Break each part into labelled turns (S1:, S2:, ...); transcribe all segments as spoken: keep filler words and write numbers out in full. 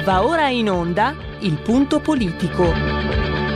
S1: Va ora in onda Il Punto Politico.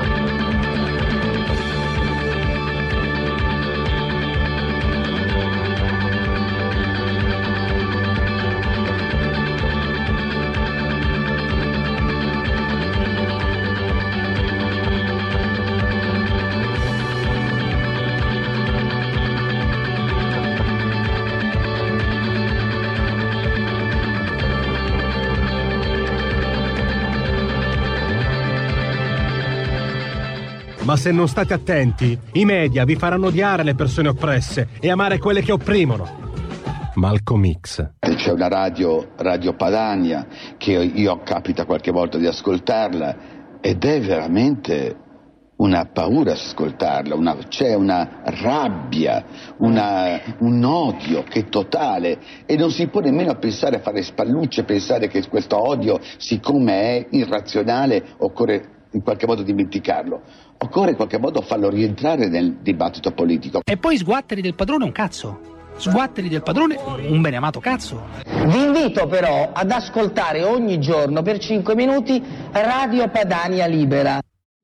S2: Ma se non state attenti, i media vi faranno odiare le persone oppresse e amare quelle che opprimono. Malcolm X.
S3: C'è una radio, Radio Padania, che io capita qualche volta di ascoltarla ed è veramente una paura ascoltarla, una, c'è una rabbia, una, un odio che è totale e non si può nemmeno pensare a fare spallucce, pensare che questo odio, siccome è irrazionale, occorre in qualche modo dimenticarlo, occorre in qualche modo farlo rientrare nel dibattito politico.
S4: E poi sguatteri del padrone un cazzo, sguatteri del padrone un beneamato cazzo.
S5: Vi invito però ad ascoltare ogni giorno per cinque minuti Radio Padania Libera.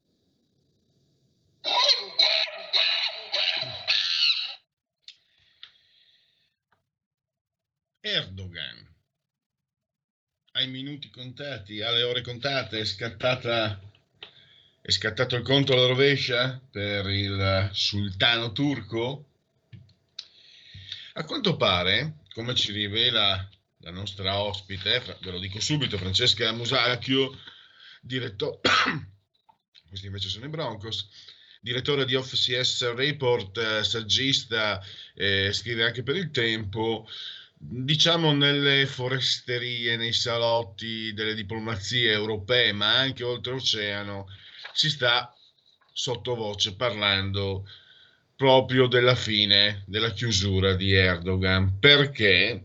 S6: Erdogan, ai minuti contati, alle ore contate, è scattata È scattato il conto alla rovescia per il sultano turco? A quanto pare, come ci rivela la nostra ospite, ve lo dico subito, Francesca Musacchio, direttore, questi invece sono i Broncos, direttore di Off C S Report, eh, saggista, eh, scrive anche per Il Tempo, diciamo nelle foresterie, nei salotti delle diplomazie europee, ma anche oltreoceano, si sta sottovoce parlando proprio della fine, della chiusura di Erdogan, perché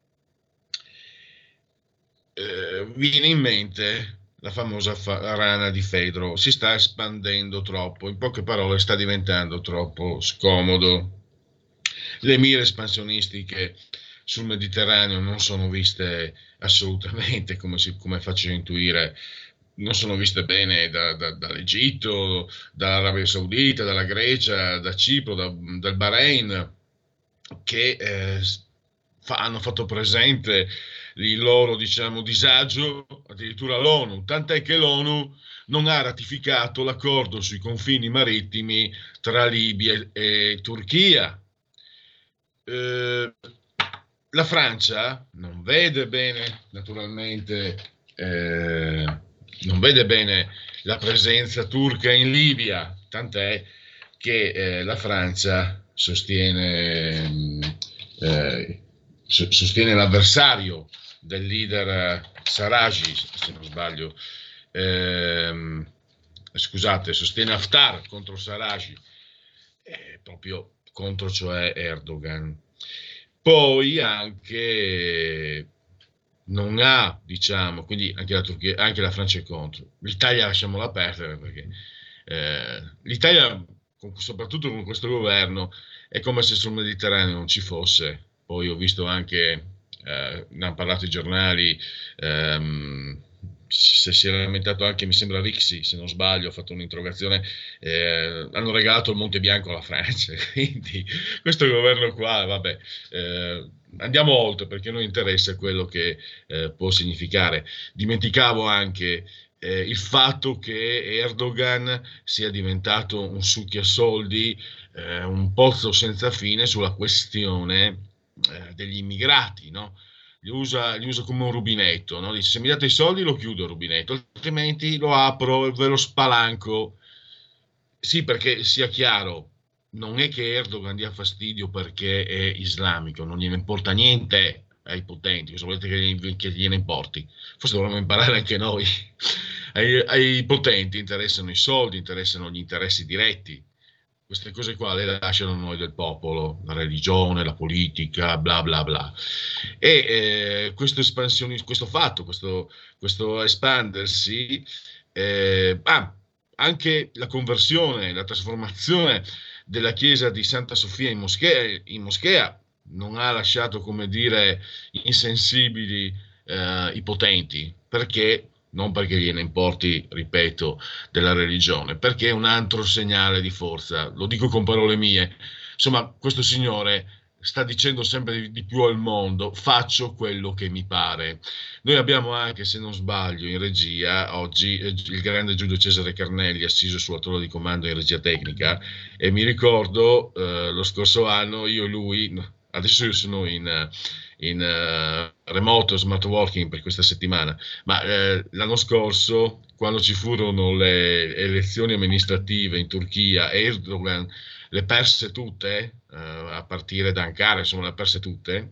S6: eh, viene in mente la famosa fa- rana di Fedro, si sta espandendo troppo, in poche parole sta diventando troppo scomodo. Le mire espansionistiche sul Mediterraneo non sono viste assolutamente, come, si, come faccio intuire, non sono viste bene da, da, dall'Egitto, dall'Arabia Saudita, dalla Grecia, da Cipro, da, dal Bahrain, che eh, fa, hanno fatto presente il loro, diciamo, disagio, addirittura l'ONU, tant'è che l'ONU non ha ratificato l'accordo sui confini marittimi tra Libia e, e Turchia. Eh, la Francia non vede bene, naturalmente, eh, non vede bene la presenza turca in Libia, tant'è che eh, la Francia sostiene, eh, sostiene l'avversario del leader Sarraj, se non sbaglio, eh, scusate, sostiene Haftar contro Sarraj, eh, proprio contro, cioè Erdogan. Poi anche non ha, diciamo, quindi anche la Turchia, anche la Francia è contro. L'Italia lasciamola perdere, perché eh, l'Italia, con, soprattutto con questo governo, è come se sul Mediterraneo non ci fosse. Poi ho visto anche, eh, ne hanno parlato i giornali, ehm, se si è lamentato anche, mi sembra Rixi, se non sbaglio, ha fatto un'interrogazione, eh, hanno regalato il Monte Bianco alla Francia, quindi questo governo qua, vabbè, eh, andiamo oltre, perché a noi interessa quello che eh, può significare. Dimenticavo anche eh, il fatto che Erdogan sia diventato un succhiasoldi, eh, un pozzo senza fine sulla questione eh, degli immigrati, no? Li usa, li usa come un rubinetto, no? Dice: se mi date i soldi lo chiudo il rubinetto, altrimenti lo apro e ve lo spalanco. Sì, perché sia chiaro, non è che Erdogan dia fastidio perché è islamico, non gliene importa niente ai potenti, cosa volete che, gli, che gliene importi? Forse dovremmo imparare anche noi. ai, ai potenti interessano i soldi, interessano gli interessi diretti. Queste cose qua le lasciano noi del popolo, la religione, la politica, bla bla bla. E eh, questo espansionismo, questo fatto, questo, questo espandersi, eh, ah, anche la conversione, la trasformazione della chiesa di Santa Sofia in moschea, in moschea non ha lasciato, come dire, insensibili eh, i potenti, perché non perché gliene importi, ripeto, della religione, perché è un altro segnale di forza, lo dico con parole mie. Insomma, questo signore sta dicendo sempre di, di più al mondo: faccio quello che mi pare. Noi abbiamo anche, se non sbaglio, in regia oggi eh, il grande Giulio Cesare Carnelli assiso sulla tolla di comando in regia tecnica, e mi ricordo eh, lo scorso anno io e lui, adesso io sono in, in uh, remoto smart working per questa settimana, ma eh, l'anno scorso, quando ci furono le elezioni amministrative in Turchia, Erdogan le perse tutte, eh, a partire da Ankara, insomma le perse tutte,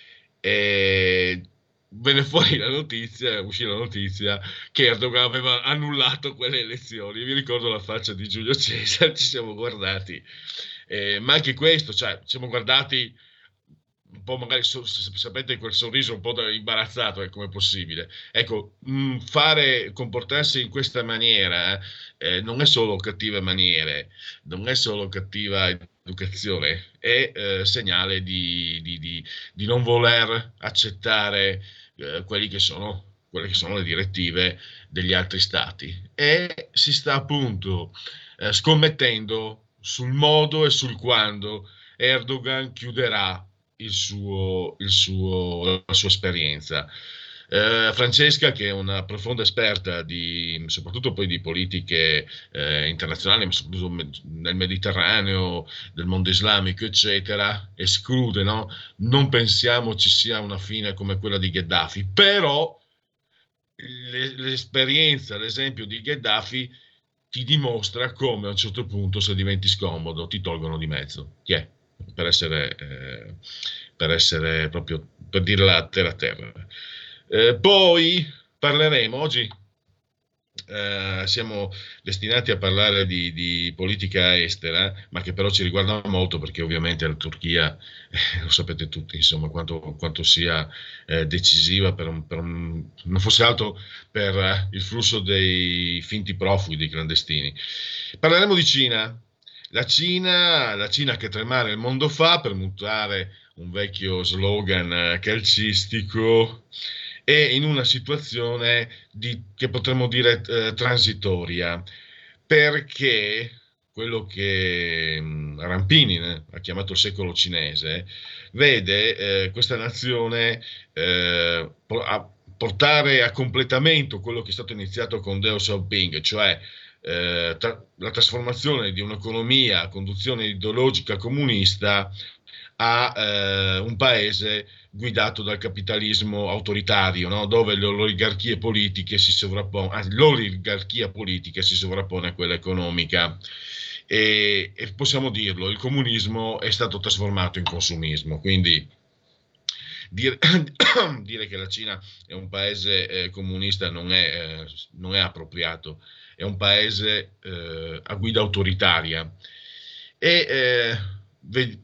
S6: e venne fuori la notizia, uscì la notizia che Erdogan aveva annullato quelle elezioni. Mi ricordo la faccia di Giulio Cesare, ci siamo guardati, eh, ma anche questo, cioè, ci siamo guardati un po', magari so, sapete, quel sorriso un po' da imbarazzato, è come possibile. Ecco, mh, fare, comportarsi in questa maniera eh, non è solo cattive maniere, non è solo cattiva educazione, è eh, segnale di, di, di, di non voler accettare eh, quelli che sono, quelle che sono le direttive degli altri stati, e si sta appunto eh, scommettendo sul modo e sul quando Erdogan chiuderà il suo, il suo, la sua esperienza. Eh, Francesca, che è una profonda esperta di, soprattutto poi di politiche eh, internazionali, ma soprattutto nel Mediterraneo, del mondo islamico, eccetera, esclude, no? Non pensiamo ci sia una fine come quella di Gheddafi, però l'esperienza, l'esempio di Gheddafi ti dimostra come a un certo punto, se diventi scomodo, ti tolgono di mezzo. Chi è? Per essere, eh, per essere proprio, per dirla terra a terra. Eh, poi parleremo oggi, eh, siamo destinati a parlare di, di politica estera, ma che però ci riguarda molto, perché ovviamente la Turchia, eh, lo sapete tutti, insomma, quanto, quanto sia eh, decisiva per un, per un, non fosse altro per eh, il flusso dei finti profughi, dei clandestini. Parleremo di Cina. La Cina, la Cina che tremare il mondo fa, per mutare un vecchio slogan calcistico, è in una situazione di, che potremmo dire eh, transitoria, perché quello che mh, Rampini eh, ha chiamato il secolo cinese vede eh, questa nazione eh, a portare a completamento quello che è stato iniziato con Deng Xiaoping, cioè Eh, tra, la trasformazione di un'economia a conduzione ideologica comunista a eh, un paese guidato dal capitalismo autoritario, no? Dove le oligarchie politiche si sovrappongono, anzi, l'oligarchia politica si sovrappone a quella economica, e, e possiamo dirlo, il comunismo è stato trasformato in consumismo, quindi dire, dire che la Cina è un paese eh, comunista non è, eh, non è appropriato. È un paese eh, a guida autoritaria, e eh, ve-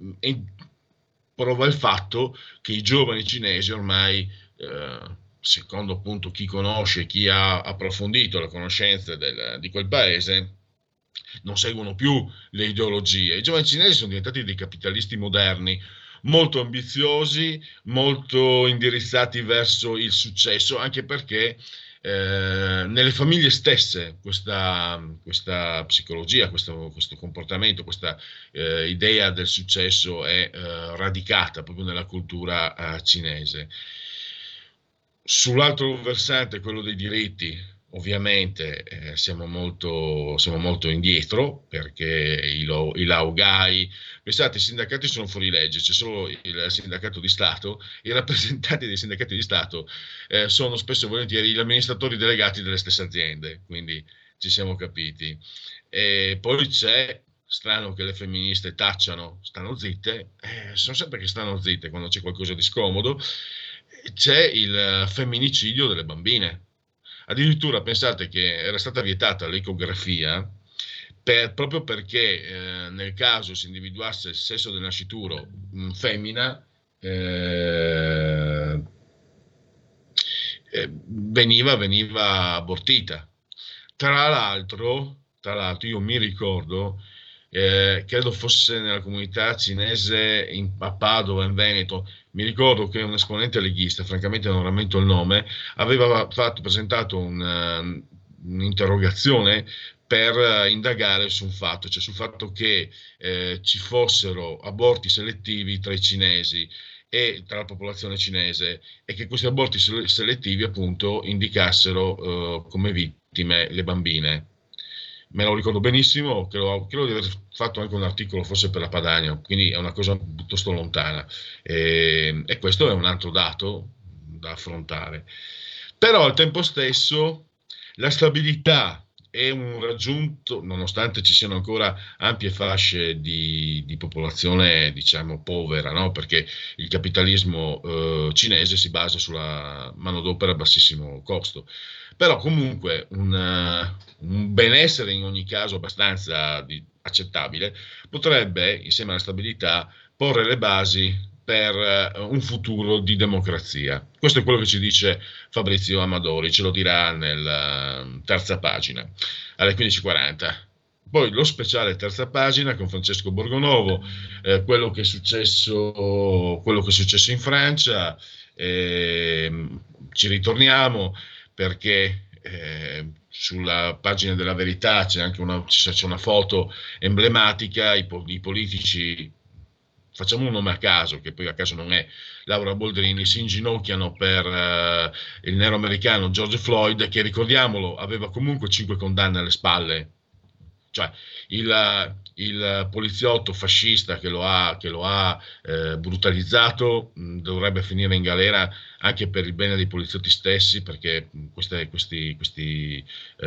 S6: prova il fatto che i giovani cinesi ormai, eh, secondo appunto chi conosce, chi ha approfondito la conoscenza del, di quel paese, non seguono più le ideologie. I giovani cinesi sono diventati dei capitalisti moderni, molto ambiziosi, molto indirizzati verso il successo, anche perché Eh, nelle famiglie stesse questa, questa psicologia, questo, questo comportamento, questa eh, idea del successo è eh, radicata proprio nella cultura eh, cinese. Sull'altro versante, quello dei diritti, ovviamente eh, siamo, molto, siamo molto indietro, perché i, lo, i laogai, pensate, i sindacati sono fuori legge, c'è solo il sindacato di Stato, i rappresentanti dei sindacati di Stato eh, sono spesso e volentieri gli amministratori delegati delle stesse aziende, quindi ci siamo capiti. E poi c'è, strano che le femministe tacciano, stanno zitte, eh, sono sempre che stanno zitte quando c'è qualcosa di scomodo. C'è il femminicidio delle bambine. Addirittura pensate che era stata vietata l'ecografia per, proprio perché eh, nel caso si individuasse il sesso del nascituro mh, femmina, eh, eh, veniva, veniva abortita. Tra l'altro, tra l'altro io mi ricordo eh, credo fosse nella comunità cinese in, a Padova, in Veneto. Mi ricordo che un esponente leghista, francamente non rammento il nome, aveva fatto, presentato un, uh, un'interrogazione per uh, indagare su un fatto, cioè sul fatto che eh, ci fossero aborti selettivi tra i cinesi e tra la popolazione cinese, e che questi aborti selettivi appunto indicassero uh, come vittime le bambine. Me lo ricordo benissimo, credo, credo di aver fatto anche un articolo forse per la Padania, quindi è una cosa piuttosto lontana, e, e questo è un altro dato da affrontare. Però al tempo stesso la stabilità è un raggiunto, nonostante ci siano ancora ampie fasce di, di popolazione, diciamo, povera, no? Perché il capitalismo eh, cinese si basa sulla manodopera a bassissimo costo. Però comunque un, uh, un benessere in ogni caso abbastanza di, accettabile potrebbe, insieme alla stabilità, porre le basi per uh, un futuro di democrazia. Questo è quello che ci dice Fabrizio Amadori, ce lo dirà nella uh, terza pagina, alle quindici e quaranta. Poi lo speciale terza pagina con Francesco Borgonovo, eh, quello che è successo, quello che è successo in Francia, eh, ci ritorniamo, perché eh, sulla pagina della Verità c'è anche una, c'è una foto emblematica, i, i politici, facciamo un nome a caso, che poi a caso non è Laura Boldrini, si inginocchiano per uh, il nero americano George Floyd, che, ricordiamolo, aveva comunque cinque condanne alle spalle. Cioè il, il poliziotto fascista che lo ha, che lo ha eh, brutalizzato mh, dovrebbe finire in galera, anche per il bene dei poliziotti stessi, perché queste, questi, questi,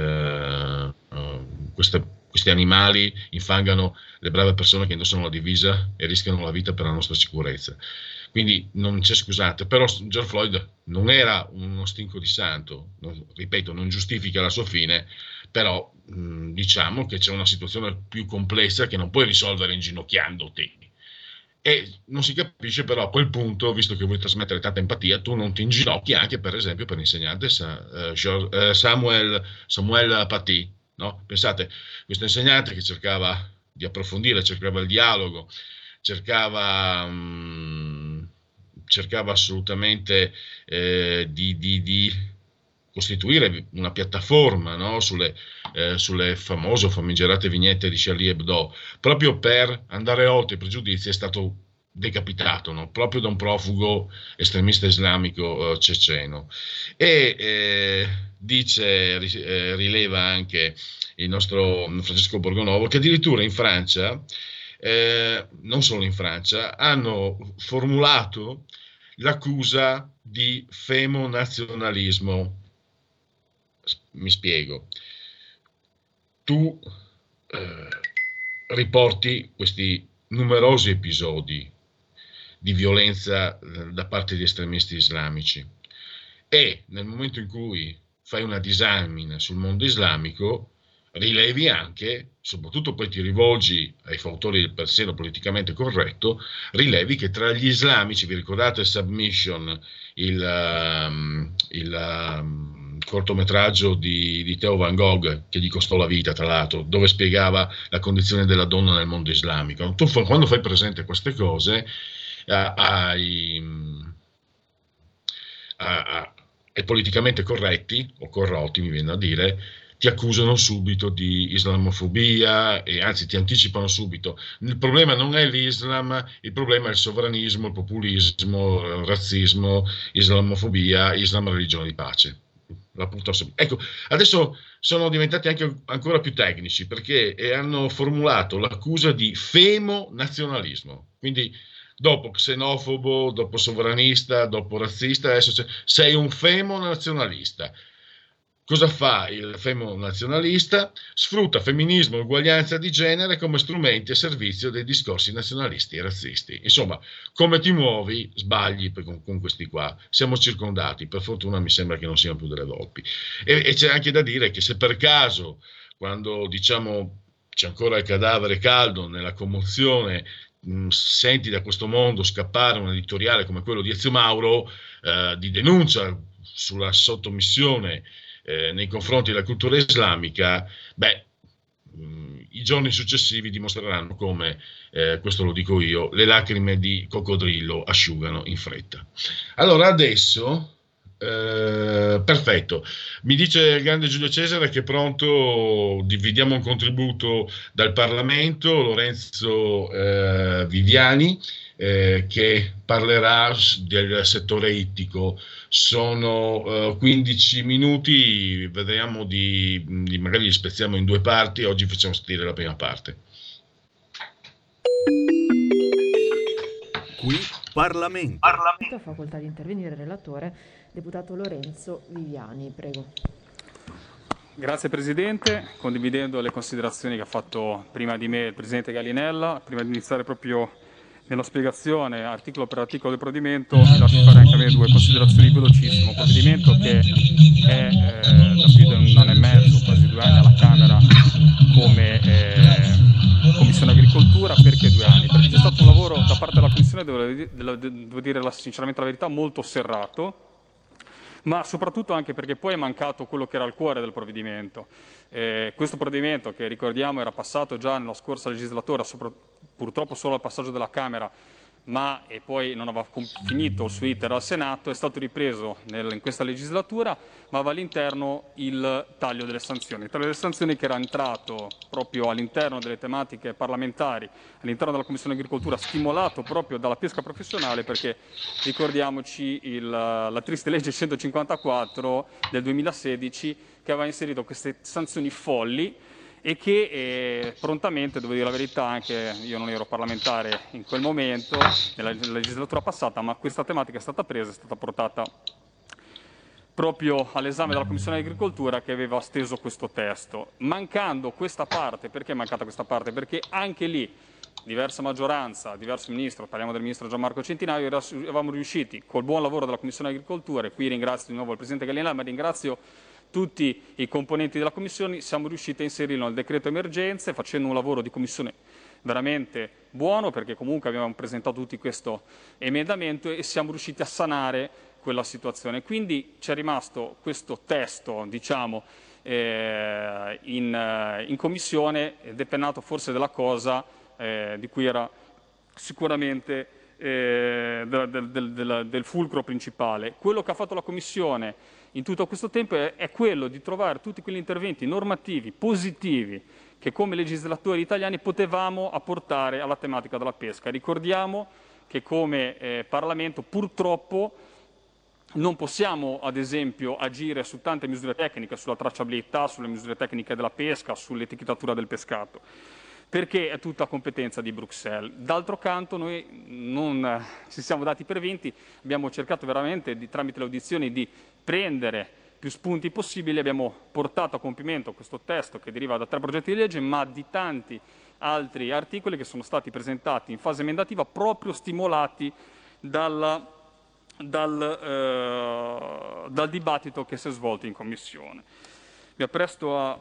S6: eh, uh, queste, questi animali infangano le brave persone che indossano la divisa e rischiano la vita per la nostra sicurezza. Quindi non c'è scusate, però George Floyd non era uno stinco di santo, non, ripeto, non giustifica la sua fine, però mh, diciamo che c'è una situazione più complessa che non puoi risolvere inginocchiandoti. E non si capisce però a quel punto, visto che vuoi trasmettere tanta empatia, tu non ti inginocchi anche per esempio per l'insegnante Samuel, Samuel Paty, no? Pensate, questo insegnante che cercava di approfondire, cercava il dialogo, cercava, mh, cercava assolutamente eh, di, di, di costituire una piattaforma, no? sulle, eh, sulle famose o famigerate vignette di Charlie Hebdo, proprio per andare oltre i pregiudizi. È stato decapitato, no? Proprio da un profugo estremista islamico eh, ceceno. E eh, dice, eh, rileva anche il nostro Francesco Borgonovo, che addirittura in Francia, eh, non solo in Francia, hanno formulato l'accusa di femonazionalismo. Mi spiego. Tu eh, riporti questi numerosi episodi di violenza da parte di estremisti islamici e nel momento in cui fai una disamina sul mondo islamico rilevi anche, soprattutto poi ti rivolgi ai fautori del pensiero politicamente corretto, rilevi che tra gli islamici, vi ricordate Submission, il, um, il um, cortometraggio di, di Theo Van Gogh, che gli costò la vita tra l'altro, dove spiegava la condizione della donna nel mondo islamico. Tu quando fai presente queste cose uh, ai, a, a, ai politicamente corretti o corrotti, mi viene a dire, ti accusano subito di islamofobia e anzi ti anticipano subito. Il problema non è l'Islam, il problema è il sovranismo, il populismo, il razzismo, islamofobia, Islam religione di pace. Ecco, adesso sono diventati anche ancora più tecnici, perché hanno formulato l'accusa di femonazionalismo. Quindi dopo xenofobo, dopo sovranista, dopo razzista, adesso sei un femonazionalista. Cosa fa il femonazionalista? Sfrutta femminismo e uguaglianza di genere come strumenti a servizio dei discorsi nazionalisti e razzisti. Insomma, come ti muovi, sbagli con, con questi qua. Siamo circondati, per fortuna mi sembra che non siano più delle volpi. E, e c'è anche da dire che se per caso, quando diciamo c'è ancora il cadavere caldo, nella commozione, mh, senti da questo mondo scappare un editoriale come quello di Ezio Mauro, eh, di denuncia sulla sottomissione Eh, nei confronti della cultura islamica, beh, i giorni successivi dimostreranno come, eh, questo lo dico io, le lacrime di coccodrillo asciugano in fretta. Allora adesso, eh, perfetto, mi dice il grande Giulio Cesare che è pronto, dividiamo un contributo dal Parlamento, Lorenzo eh, Viviani, eh, che parlerà del settore ittico. Sono uh, quindici minuti, vediamo di, di magari li spezziamo in due parti. Oggi facciamo sentire la prima parte.
S7: Qui Parlamento.
S8: Parlamento. Ha facoltà di intervenire il relatore, deputato Lorenzo Viviani, prego.
S9: Grazie Presidente, condividendo le considerazioni che ha fatto prima di me il Presidente Gallinella, prima di iniziare proprio nella spiegazione articolo per articolo del provvedimento, mi lascio fare anche a me due considerazioni velocissime. Un provvedimento che è eh, da più di un anno e mezzo, quasi due anni alla Camera come eh, Commissione Agricoltura. Perché due anni? Perché c'è stato un lavoro da parte della Commissione, devo, devo dire la, sinceramente la verità, molto serrato, ma soprattutto anche perché poi è mancato quello che era il cuore del provvedimento. Eh, questo provvedimento, che ricordiamo era passato già nella scorsa legislatura, sopra, purtroppo solo al passaggio della Camera, ma e poi non aveva finito il suo iter al Senato, è stato ripreso nel, in questa legislatura, ma aveva all'interno il taglio delle sanzioni. Il taglio delle sanzioni che era entrato proprio all'interno delle tematiche parlamentari, all'interno della Commissione Agricoltura, stimolato proprio dalla pesca professionale, perché ricordiamoci il, la triste legge centocinquantaquattro del duemilasedici che aveva inserito queste sanzioni folli e che eh, prontamente, devo dire la verità, anche io non ero parlamentare in quel momento, nella legislatura passata, ma questa tematica è stata presa, è stata portata proprio all'esame della Commissione Agricoltura, che aveva steso questo testo. Mancando questa parte, perché è mancata questa parte? Perché anche lì diversa maggioranza, diverso ministro, parliamo del ministro Gianmarco Centinaio, eravamo riusciti col buon lavoro della Commissione Agricoltura, e qui ringrazio di nuovo il Presidente Gallinella, ma ringrazio tutti i componenti della Commissione, siamo riusciti a inserirlo nel decreto emergenze, facendo un lavoro di Commissione veramente buono, perché comunque abbiamo presentato tutti questo emendamento e siamo riusciti a sanare quella situazione. Quindi c'è rimasto questo testo, diciamo, eh, in, in Commissione, depennato forse della cosa eh, di cui era sicuramente eh, del, del, del, del fulcro principale. Quello che ha fatto la Commissione in tutto questo tempo è, è quello di trovare tutti quegli interventi normativi positivi che come legislatori italiani potevamo apportare alla tematica della pesca. Ricordiamo che come eh, Parlamento purtroppo non possiamo, ad esempio, agire su tante misure tecniche, sulla tracciabilità, sulle misure tecniche della pesca, sull'etichettatura del pescato, perché è tutta competenza di Bruxelles. D'altro canto noi non ci siamo dati per vinti, abbiamo cercato veramente di, tramite le audizioni di prendere più spunti possibili, abbiamo portato a compimento questo testo che deriva da tre progetti di legge, ma di tanti altri articoli che sono stati presentati in fase emendativa, proprio stimolati dalla, dal, eh, dal dibattito che si è svolto in Commissione. Mi appresto a,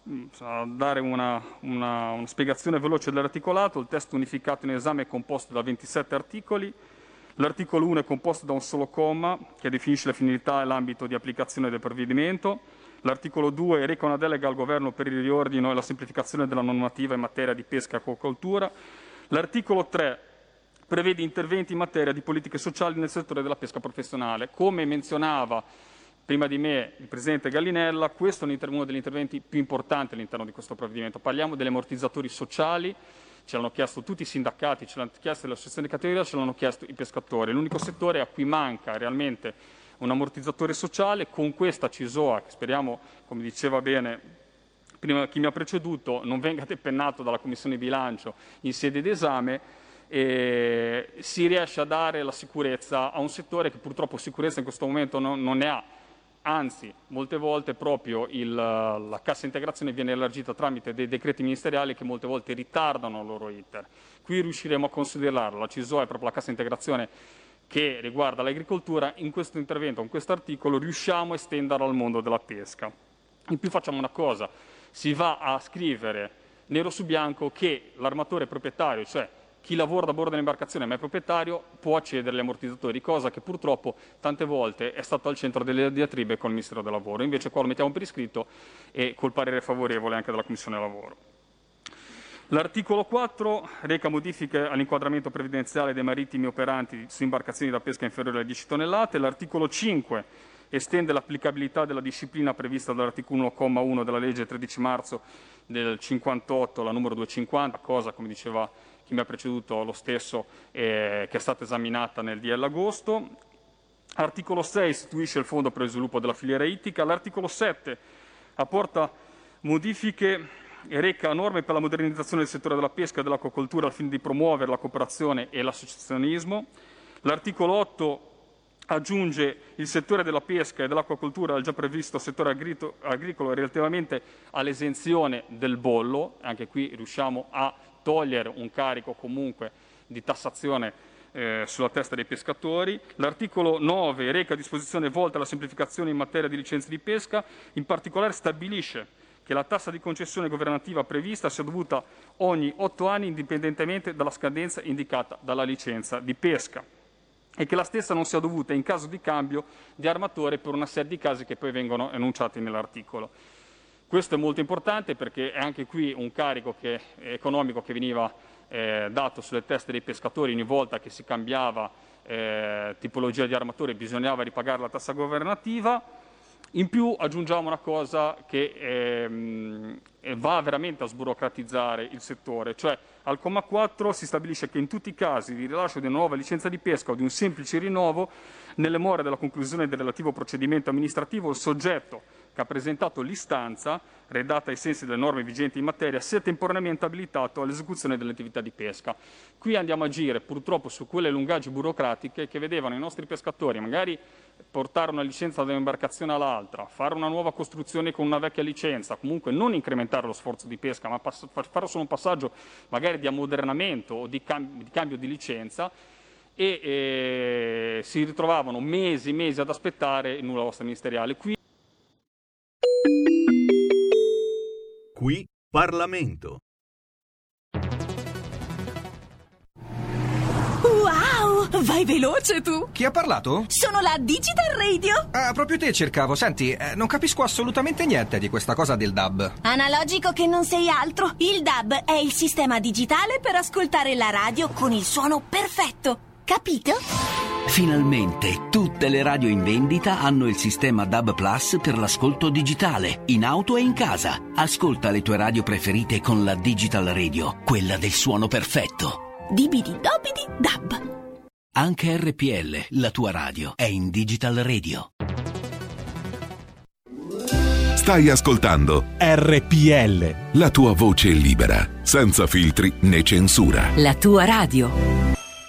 S9: a dare una, una, una spiegazione veloce dell'articolato. Il testo unificato in esame è composto da ventisette articoli. L'articolo uno è composto da un solo comma che definisce le finalità e l'ambito di applicazione del provvedimento. L'articolo due reca una delega al Governo per il riordino e la semplificazione della normativa in materia di pesca e acquacoltura. L'articolo tre prevede interventi in materia di politiche sociali nel settore della pesca professionale. Come menzionava prima di me il Presidente Gallinella, questo è uno degli interventi più importanti all'interno di questo provvedimento. Parliamo degli ammortizzatori sociali, ce l'hanno chiesto tutti i sindacati, ce l'hanno chiesto le associazioni di categoria, ce l'hanno chiesto i pescatori. L'unico settore a cui manca realmente un ammortizzatore sociale. Con questa CISOA, che speriamo, come diceva bene prima chi mi ha preceduto, non venga depennato dalla Commissione Bilancio in sede di esame, e si riesce a dare la sicurezza a un settore che purtroppo sicurezza in questo momento non, non ne ha. Anzi, molte volte proprio il, la cassa integrazione viene elargita tramite dei decreti ministeriali che molte volte ritardano il loro iter. Qui riusciremo a considerarlo. La CISOA è proprio la cassa integrazione che riguarda l'agricoltura. In questo intervento, con questo articolo, riusciamo a estenderlo al mondo della pesca. In più facciamo una cosa, si va a scrivere nero su bianco che l'armatore proprietario, cioè chi lavora da bordo dell'imbarcazione ma è proprietario, può accedere agli ammortizzatori, cosa che purtroppo tante volte è stata al centro delle diatribe con il Ministero del Lavoro. Invece qua lo mettiamo per iscritto e col parere favorevole anche della Commissione Lavoro. L'articolo quattro reca modifiche all'inquadramento previdenziale dei marittimi operanti su imbarcazioni da pesca inferiori a dieci tonnellate. L'articolo cinque estende l'applicabilità della disciplina prevista dall'articolo uno, comma uno della legge tredici marzo del cinquantotto, la numero duecentocinquanta, cosa, come diceva chi mi ha preceduto, lo stesso eh, che è stata esaminata nel D L agosto. Articolo sei istituisce il Fondo per lo sviluppo della filiera ittica. L'articolo sette apporta modifiche e reca norme per la modernizzazione del settore della pesca e dell'acquacoltura al fine di promuovere la cooperazione e l'associazionismo. L'articolo otto aggiunge il settore della pesca e dell'acquacoltura al già previsto settore agricolo relativamente all'esenzione del bollo. Anche qui riusciamo a togliere un carico comunque di tassazione eh, sulla testa dei pescatori. L'articolo nove reca disposizioni volte alla semplificazione in materia di licenze di pesca, in particolare stabilisce che la tassa di concessione governativa prevista sia dovuta ogni otto anni indipendentemente dalla scadenza indicata dalla licenza di pesca e che la stessa non sia dovuta in caso di cambio di armatore per una serie di casi che poi vengono enunciati nell'articolo. Questo è molto importante perché è anche qui un carico che, economico che veniva eh, dato sulle teste dei pescatori ogni volta che si cambiava eh, tipologia di armatore, bisognava ripagare la tassa governativa. In più aggiungiamo una cosa che ehm, va veramente a sburocratizzare il settore, cioè al comma quattro si stabilisce che in tutti i casi di rilascio di una nuova licenza di pesca o di un semplice rinnovo, nelle more della conclusione del relativo procedimento amministrativo, il soggetto che ha presentato l'istanza, redatta ai sensi delle norme vigenti in materia, sia temporaneamente abilitato all'esecuzione delle attività di pesca. Qui andiamo a agire purtroppo su quelle lungaggini burocratiche che vedevano i nostri pescatori magari portare una licenza da un'imbarcazione all'altra, fare una nuova costruzione con una vecchia licenza, comunque non incrementare lo sforzo di pesca, ma pass- fare solo un passaggio magari di ammodernamento o di, cam- di cambio di licenza e eh, si ritrovavano mesi e mesi ad aspettare il nulla osta ministeriale. Qui
S7: Qui Parlamento.
S10: Wow, vai veloce tu!
S11: Chi ha parlato?
S10: Sono la Digital Radio!
S11: Ah, proprio te cercavo. Senti, eh, non capisco assolutamente niente di questa cosa del D A B.
S10: Analogico che non sei altro. Il D A B è il sistema digitale per ascoltare la radio con il suono perfetto. Capito?
S12: Finalmente tutte le radio in vendita hanno il sistema D A B Plus per l'ascolto digitale, in auto e in casa. Ascolta le tue radio preferite con la Digital Radio, quella del suono perfetto.
S10: Dibidi dobidi D A B.
S12: Anche R P L, la tua radio, è in Digital Radio.
S13: Stai ascoltando
S14: R P L,
S13: la tua voce libera, senza filtri né censura.
S1: La tua radio.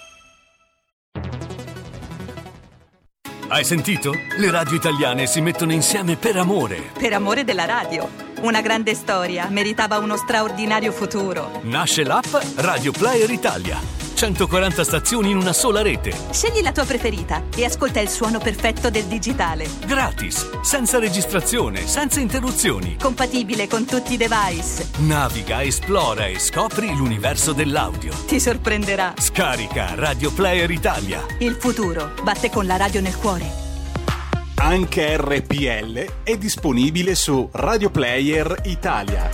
S15: Hai sentito? Le radio italiane si mettono insieme per amore.
S16: Per amore della radio. Una grande storia meritava uno straordinario futuro.
S15: Nasce l'app Radio Player Italia. centoquaranta stazioni in una sola rete.
S16: Scegli la tua preferita e ascolta il suono perfetto del digitale.
S15: Gratis, senza registrazione, senza interruzioni.
S16: Compatibile con tutti i device.
S15: Naviga, esplora e scopri l'universo dell'audio.
S16: Ti sorprenderà.
S15: Scarica Radio Player Italia.
S16: Il futuro batte con la radio nel cuore.
S14: Anche R P L è disponibile su Radio Player Italia.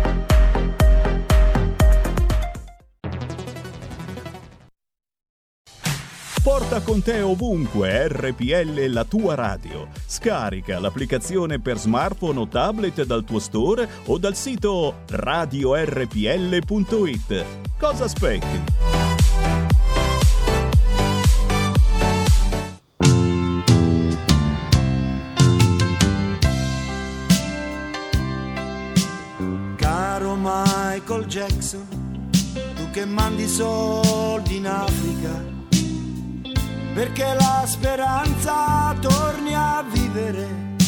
S17: Porta con te ovunque R P L, la tua radio. Scarica l'applicazione per smartphone o tablet dal tuo store o dal sito radio r p l punto i t. Cosa aspetti?
S18: Caro Michael Jackson, tu che mandi soldi in Africa perché la speranza torni a vivere.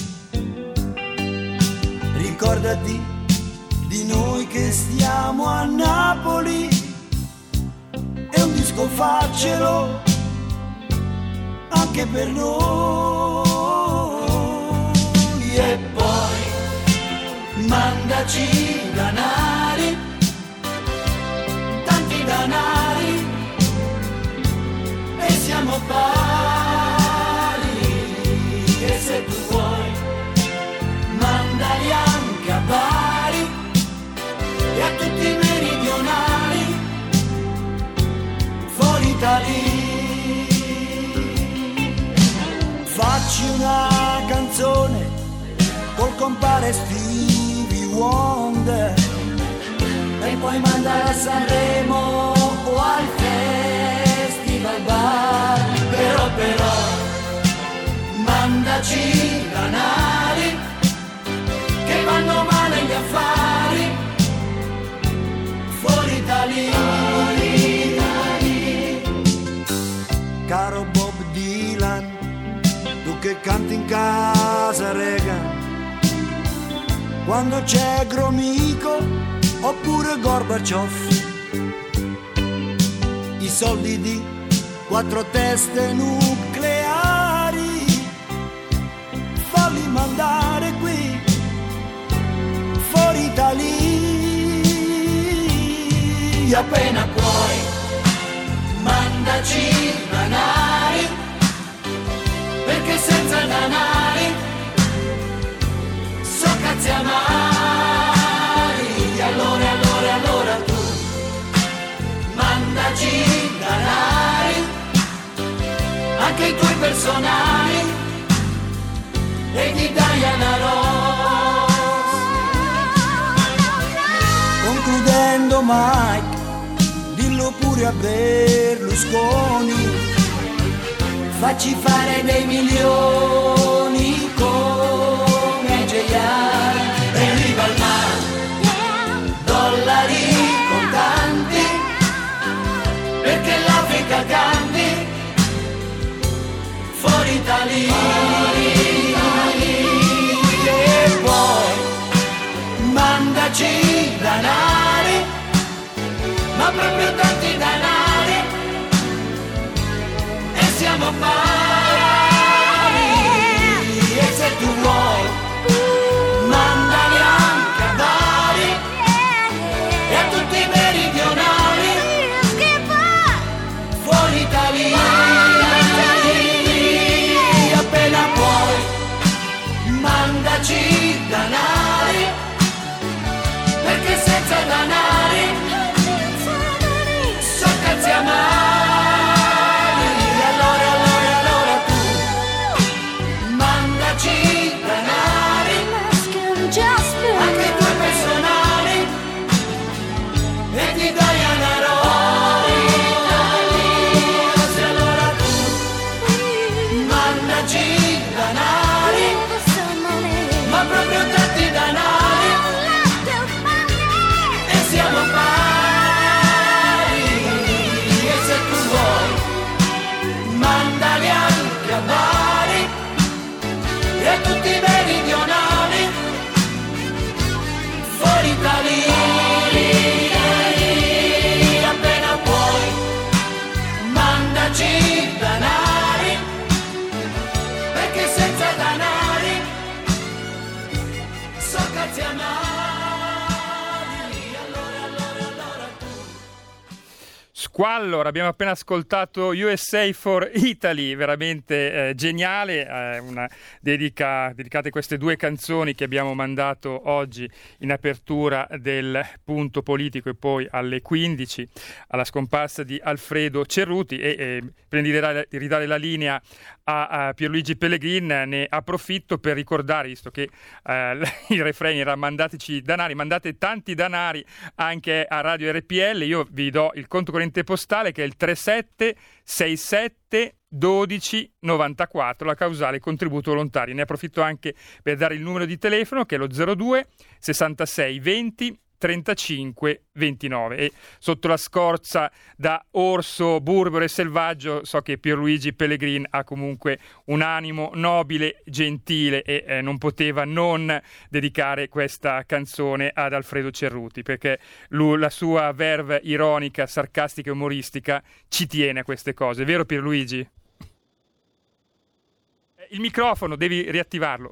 S18: Ricordati di noi che stiamo a Napoli e un disco faccelo anche per noi. E poi mandaci danari, tanti danari, e siamo pari. E se tu vuoi mandali anche a Bari e a tutti i meridionali. Facci una canzone col compare Stevie Wonder e poi mandare a Sanremo o al Festival Bar. Però però mandaci danari che vanno male gli affari fuori da lì. Caro Bob Dylan, tu che canti in casa rega, quando c'è Gromyko oppure Gorbaciov, i soldi di quattro teste nucleari falli mandare qui fuori da lì. Appena puoi mandaci danari, perché senza danari so cazzi amari. Allora, allora, allora tu mandaci danari, anche i tuoi personali e di Diana Ross. Concludendo Mike, dillo pure a Berlusconi, facci fare dei milioni come J R e riva al mare, dollari contanti, perché l'Africa canti fuori da lì. E poi mandaci danari, ma proprio tanti danari, e siamo pari. E se tu vuoi mandali anche a Bari e a tutti i meridionali fuori da lì. Appena puoi mandaci danari, perché senza danari so cazzi amari. Allora, allora, allora tu mandaci danari, anche i tuoi personali e ti dai una rosa. Allora tu mandaci danari, ma proprio tanti danari, e siamo pari. E se tu vuoi mandali anche a Bari e a tutti i meridionali fuori da lì. Appena puoi mandaci danari, perché senza danari so cazzi amari. Allora, allora, allora tu
S19: Squallor, abbiamo appena ascoltato U S A for Italy, veramente eh, geniale, eh, una dedica, dedicate queste due canzoni che abbiamo mandato oggi in apertura del punto politico e poi alle quindici alla scomparsa di Alfredo Cerruti. E eh, prima di ridare, di ridare la linea a, a Pierluigi Pellegrin, ne approfitto per ricordare, visto che eh, il refrain era mandateci danari, mandate tanti danari anche a Radio R P L. Io vi do il conto corrente postale che è il tre sette sei sette dodici novantaquattro, la causale contributo volontario. Ne approfitto anche per dare il numero di telefono che è lo zero due sessantasei venti trentacinque ventinove. E sotto la scorza da orso burbero e selvaggio so che Pierluigi Pellegrin ha comunque un animo nobile, gentile e eh, non poteva non dedicare questa canzone ad Alfredo Cerruti, perché lui, la sua verve ironica, sarcastica e umoristica ci tiene a queste cose, vero Pierluigi? Il microfono, devi riattivarlo.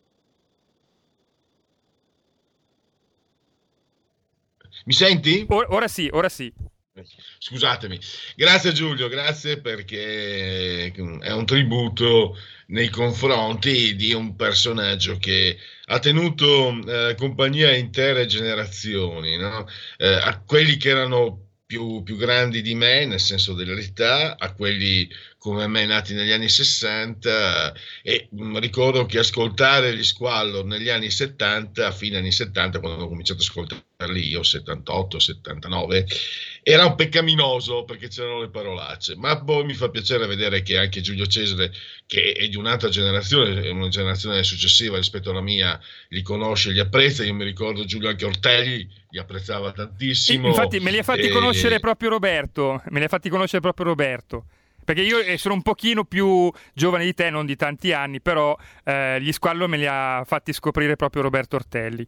S6: Mi senti?
S19: Or- ora sì, ora sì.
S6: Scusatemi. Grazie Giulio, grazie, perché è un tributo nei confronti di un personaggio che ha tenuto eh, compagnia a intere generazioni, no? eh, a quelli che erano più, più grandi di me, nel senso dell'età, a quelli come me nati negli anni sessanta, e mh, ricordo che ascoltare gli Squallor negli anni settanta, a fine anni settanta, quando ho cominciato ad ascoltarli io, settantotto settantanove, era un peccaminoso perché c'erano le parolacce, ma poi mi fa piacere vedere che anche Giulio Cesare, che è di un'altra generazione, una generazione successiva rispetto alla mia, li conosce, li apprezza. Io mi ricordo Giulio anche Ortelli, li apprezzava tantissimo.
S19: Infatti me li ha fatti
S6: e...
S19: conoscere proprio Roberto, me li ha fatti conoscere proprio Roberto. Perché io sono un pochino più giovane di te, non di tanti anni, però eh, gli Squallor me li ha fatti scoprire proprio Roberto Ortelli.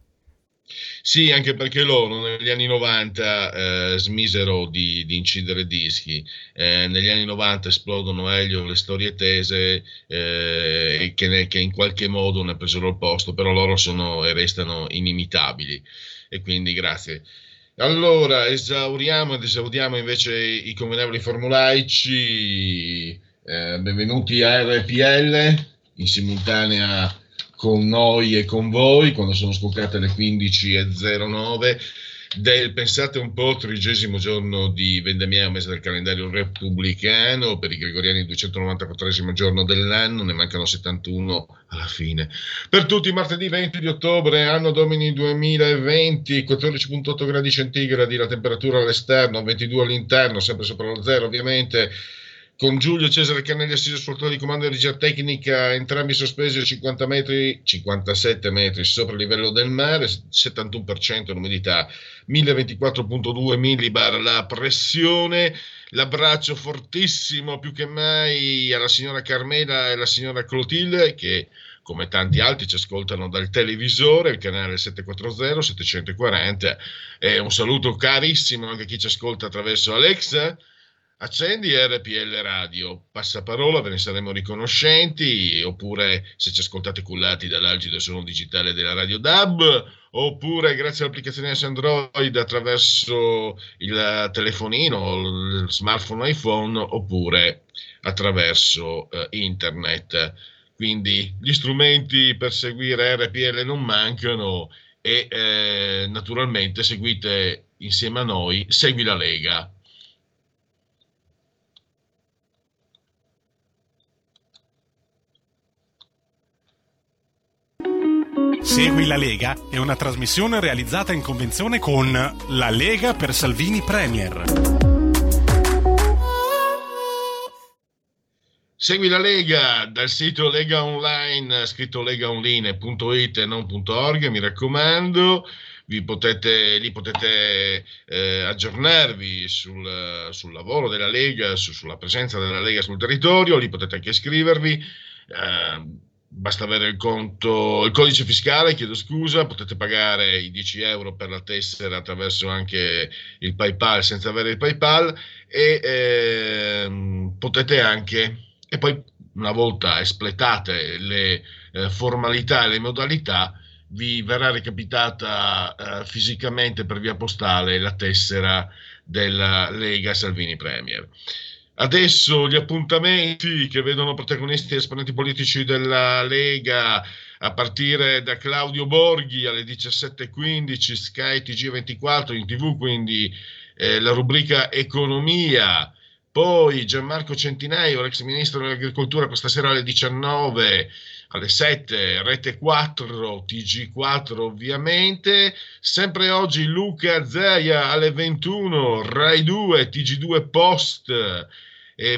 S6: Sì, anche perché loro negli anni novanta eh, smisero di, di incidere dischi, eh, negli anni novanta esplodono meglio le storie tese, eh, che, ne, che in qualche modo ne presero il posto, però loro sono e restano inimitabili, e quindi grazie. Allora, esauriamo ed esaudiamo invece i convenevoli formulaici. Eh, benvenuti a R P L in simultanea con noi e con voi, quando sono scoccate le quindici e zero nove del, pensate un po', trigesimo giorno di vendemmia, mese del calendario repubblicano. Per i gregoriani duecentonovantaquattresimo giorno dell'anno, ne mancano settantuno alla fine. Per tutti martedì venti di ottobre, anno domini duemilaventi, quattordici virgola otto gradi centigradi, la temperatura all'esterno, ventidue all'interno, sempre sopra lo zero ovviamente, con Giulio Cesare Carnelli assiso sul tavolo di comando e regia tecnica, entrambi sospesi a cinquanta metri, cinquantasette metri sopra il livello del mare, settantuno per cento l'umidità, mille ventiquattro virgola due millibar la pressione. L'abbraccio fortissimo più che mai alla signora Carmela e alla signora Clotilde, che come tanti altri ci ascoltano dal televisore, il canale settecentoquaranta settecentoquaranta, e un saluto carissimo anche a chi ci ascolta attraverso Alexa. Accendi R P L Radio, passaparola, ve ne saremo riconoscenti, oppure se ci ascoltate cullati dall'algido suono digitale della Radio D A B, oppure grazie all'applicazione S Android attraverso il telefonino, il smartphone iPhone, oppure attraverso eh, internet. Quindi gli strumenti per seguire R P L non mancano, e eh, naturalmente seguite insieme a noi Segui la Lega.
S14: Segui la Lega è una trasmissione realizzata in convenzione con La Lega per Salvini Premier.
S6: Segui la Lega dal sito Lega Online, scritto legaonline punto it e non .org, mi raccomando. Vi potete, lì potete eh, aggiornarvi sul, sul lavoro della Lega, su, sulla presenza della Lega sul territorio. Lì potete anche iscrivervi. Eh, Basta avere il conto, il codice fiscale, chiedo scusa, potete pagare i dieci euro per la tessera attraverso anche il PayPal senza avere il PayPal, e eh, potete anche, e poi una volta espletate le eh, formalità e le modalità, vi verrà recapitata eh, fisicamente per via postale la tessera della Lega Salvini Premier. Adesso gli appuntamenti che vedono protagonisti esponenti politici della Lega, a partire da Claudio Borghi alle diciassette e quindici, Sky T G ventiquattro in tivù, quindi eh, la rubrica Economia. Poi Gianmarco Centinaio, l'ex ministro dell'Agricoltura, questa sera alle diciannove, alle sette, Rete quattro, T G quattro ovviamente. Sempre oggi Luca Zaia alle ventuno, Rai due, T G due Post. E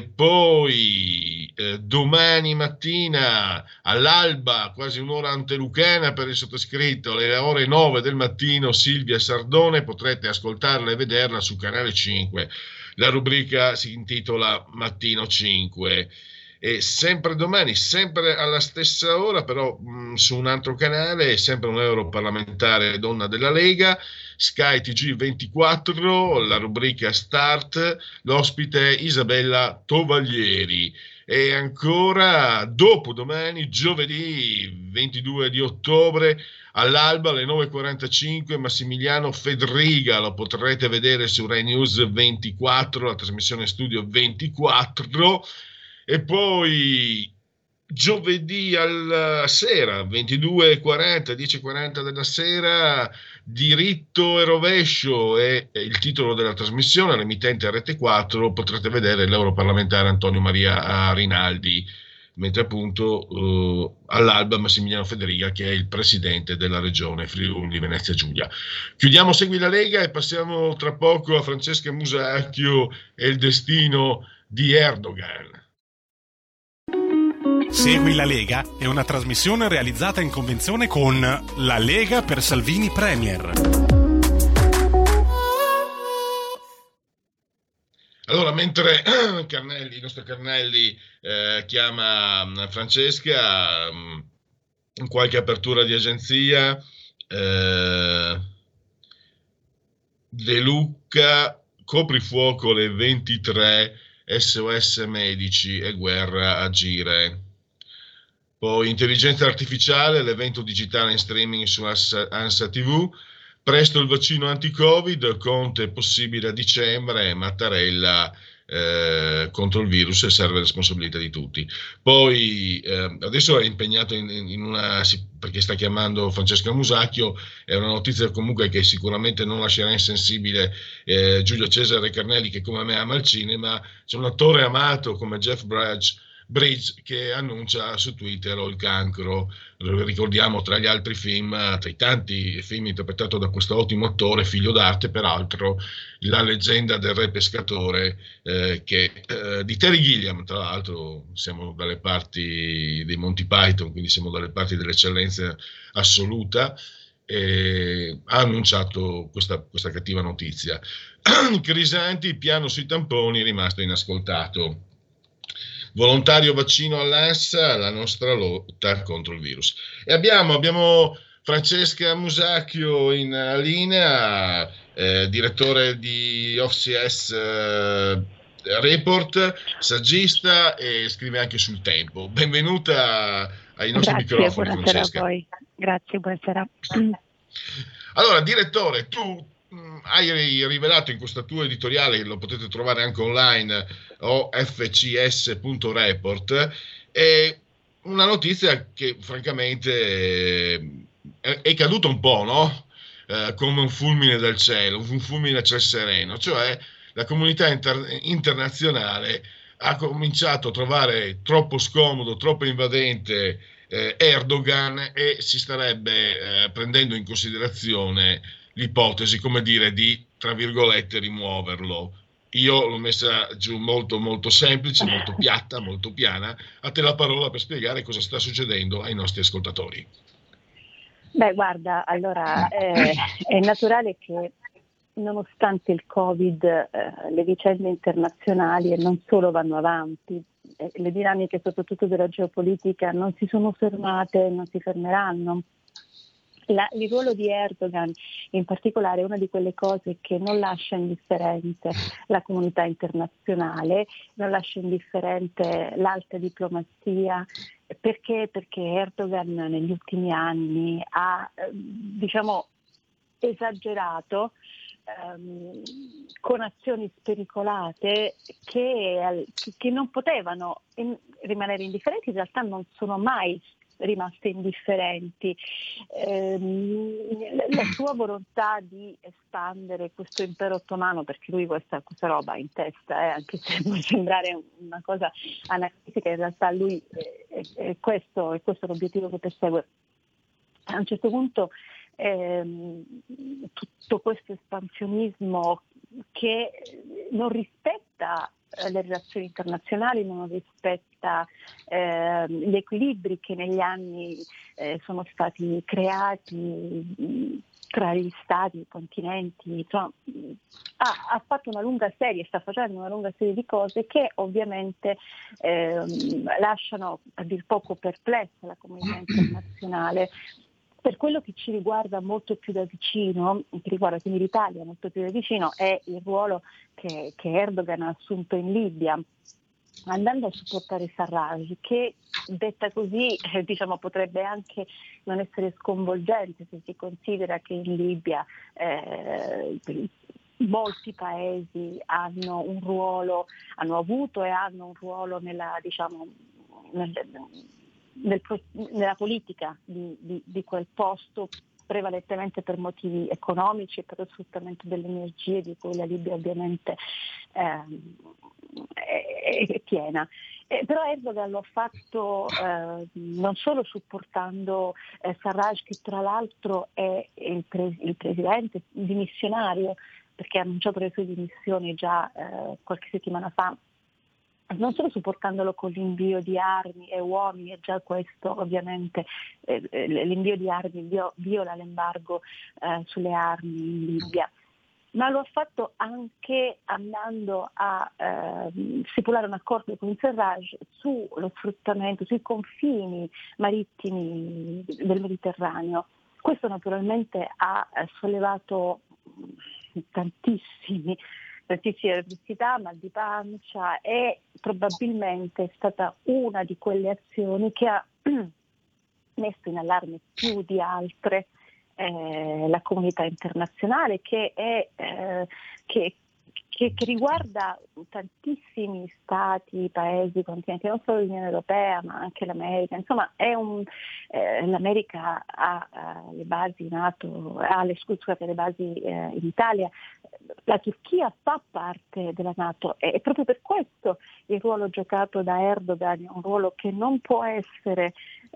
S6: poi eh, domani mattina all'alba, quasi un'ora antelucana per il sottoscritto, alle ore nove del mattino, Silvia Sardone, potrete ascoltarla e vederla su Canale cinque. La rubrica si intitola Mattino cinque. E sempre domani, sempre alla stessa ora, però mh, su un altro canale, sempre un europarlamentare donna della Lega, Sky T G ventiquattro, la rubrica Start, l'ospite Isabella Tovaglieri. E ancora dopo domani, giovedì ventidue di ottobre, all'alba alle nove e quarantacinque, Massimiliano Fedriga, lo potrete vedere su Rai News ventiquattro, la trasmissione Studio ventiquattro. E poi giovedì alla sera, ventidue e quaranta, dieci e quaranta della sera, Diritto e rovescio è il titolo della trasmissione, l'emittente R T quattro, potrete vedere l'europarlamentare Antonio Maria Rinaldi, mentre appunto uh, all'alba Massimiliano Federica, che è il presidente della regione Friuli Venezia Giulia. Chiudiamo Segui la Lega e passiamo tra poco a Francesca Musacchio e il destino di Erdogan.
S14: Segui la Lega è una trasmissione realizzata in convenzione con La Lega per Salvini Premier.
S6: Allora, mentre Carnelli, il nostro Carnelli eh, chiama Francesca, in qualche apertura di agenzia, eh, De Lucca, coprifuoco alle ventitré, S O S medici e guerra a Gire. Poi intelligenza artificiale, l'evento digitale in streaming su ANSA tivù, presto il vaccino anti-Covid, Conte possibile a dicembre, Mattarella eh, contro il virus e serve responsabilità di tutti. Poi eh, adesso è impegnato in, in una, perché sta chiamando Francesca Musacchio, è una notizia comunque che sicuramente non lascerà insensibile eh, Giulio Cesare Carnelli, che come me ama il cinema. C'è un attore amato come Jeff Bridges Bridge che annuncia su Twitter il cancro. Lo ricordiamo tra gli altri film, tra i tanti film interpretato da questo ottimo attore, figlio d'arte peraltro, La leggenda del re pescatore, eh, che, eh, di Terry Gilliam, tra l'altro siamo dalle parti dei Monty Python, quindi siamo dalle parti dell'eccellenza assoluta, eh, ha annunciato questa, questa cattiva notizia. Crisanti, piano sui tamponi, è rimasto inascoltato. Volontario vaccino all'ANSA, la nostra lotta contro il virus. E abbiamo, abbiamo Francesca Musacchio in linea, eh, direttore di O F C S eh, Report, saggista e scrive anche sul Tempo. Benvenuta ai nostri
S20: Grazie,
S6: microfoni,
S20: buonasera
S6: Francesca.
S20: a voi. Grazie, buonasera.
S6: Allora, direttore, tu hai rivelato in questa tua editoriale, lo potete trovare anche online, o f c s punto report, è una notizia che francamente è, è caduta un po', no? Eh, come un fulmine dal cielo, un fulmine a ciel sereno, cioè la comunità inter- internazionale ha cominciato a trovare troppo scomodo, troppo invadente eh, Erdogan, e si starebbe eh, prendendo in considerazione l'ipotesi, come dire, di, tra virgolette, rimuoverlo. Io l'ho messa giù molto molto semplice, molto piatta, molto piana. A te la parola per spiegare cosa sta succedendo ai nostri ascoltatori.
S20: Beh, guarda, allora eh, è naturale che nonostante il Covid eh, le vicende internazionali e non solo vanno avanti, eh, le dinamiche soprattutto della geopolitica non si sono fermate, non si fermeranno. La, il ruolo di Erdogan in particolare è una di quelle cose che non lascia indifferente la comunità internazionale, non lascia indifferente l'alta diplomazia. Perché? Perché Erdogan negli ultimi anni ha eh, diciamo esagerato ehm, con azioni spericolate che, che non potevano in, rimanere indifferenti, in realtà non sono mai rimaste indifferenti. Eh, la sua volontà di espandere questo impero ottomano, perché lui questa, questa roba ha in testa, eh, anche se può sembrare una cosa anacronistica, in realtà lui è, è, questo, è questo l'obiettivo che persegue. A un certo punto ehm, tutto questo espansionismo che non rispetta le relazioni internazionali, non rispetta eh, gli equilibri che negli anni eh, sono stati creati mh, tra gli stati, i continenti, insomma, ha, ha fatto una lunga serie, sta facendo una lunga serie di cose che ovviamente eh, lasciano a dir poco perplessa la comunità internazionale. Per quello che ci riguarda molto più da vicino, che riguarda quindi l'Italia molto più da vicino, è il ruolo che, che Erdogan ha assunto in Libia, andando a supportare Sarraj, che detta così eh, diciamo potrebbe anche non essere sconvolgente se si considera che in Libia eh, molti paesi hanno un ruolo, hanno avuto e hanno un ruolo nella, diciamo, nel, del, nella politica di, di, di quel posto, prevalentemente per motivi economici e per lo sfruttamento delle energie di cui la Libia ovviamente eh, è, è piena. Eh, però Erdogan lo ha fatto eh, non solo supportando eh, Sarraj, che tra l'altro è il, pre- il presidente dimissionario, perché ha annunciato le sue dimissioni già eh, qualche settimana fa, non solo supportandolo con l'invio di armi e uomini, e già questo ovviamente eh, l'invio di armi viola l'embargo eh, sulle armi in Libia, ma lo ha fatto anche andando a eh, stipulare un accordo con Sarraj sullo sfruttamento, sui confini marittimi del Mediterraneo. Questo naturalmente ha sollevato tantissimi tantissime perplessità, mal di pancia, e probabilmente è stata una di quelle azioni che ha messo in allarme più di altre eh, la comunità internazionale, che, è, eh, che, che, che riguarda tantissimi stati, paesi, continenti, non solo l'Unione Europea ma anche l'America. Insomma, è un, eh, l'America ha, ha le basi NATO, ha le, scusate, le basi eh, in Italia. La Turchia fa parte della NATO e, e proprio per questo il ruolo giocato da Erdogan è un ruolo che non può essere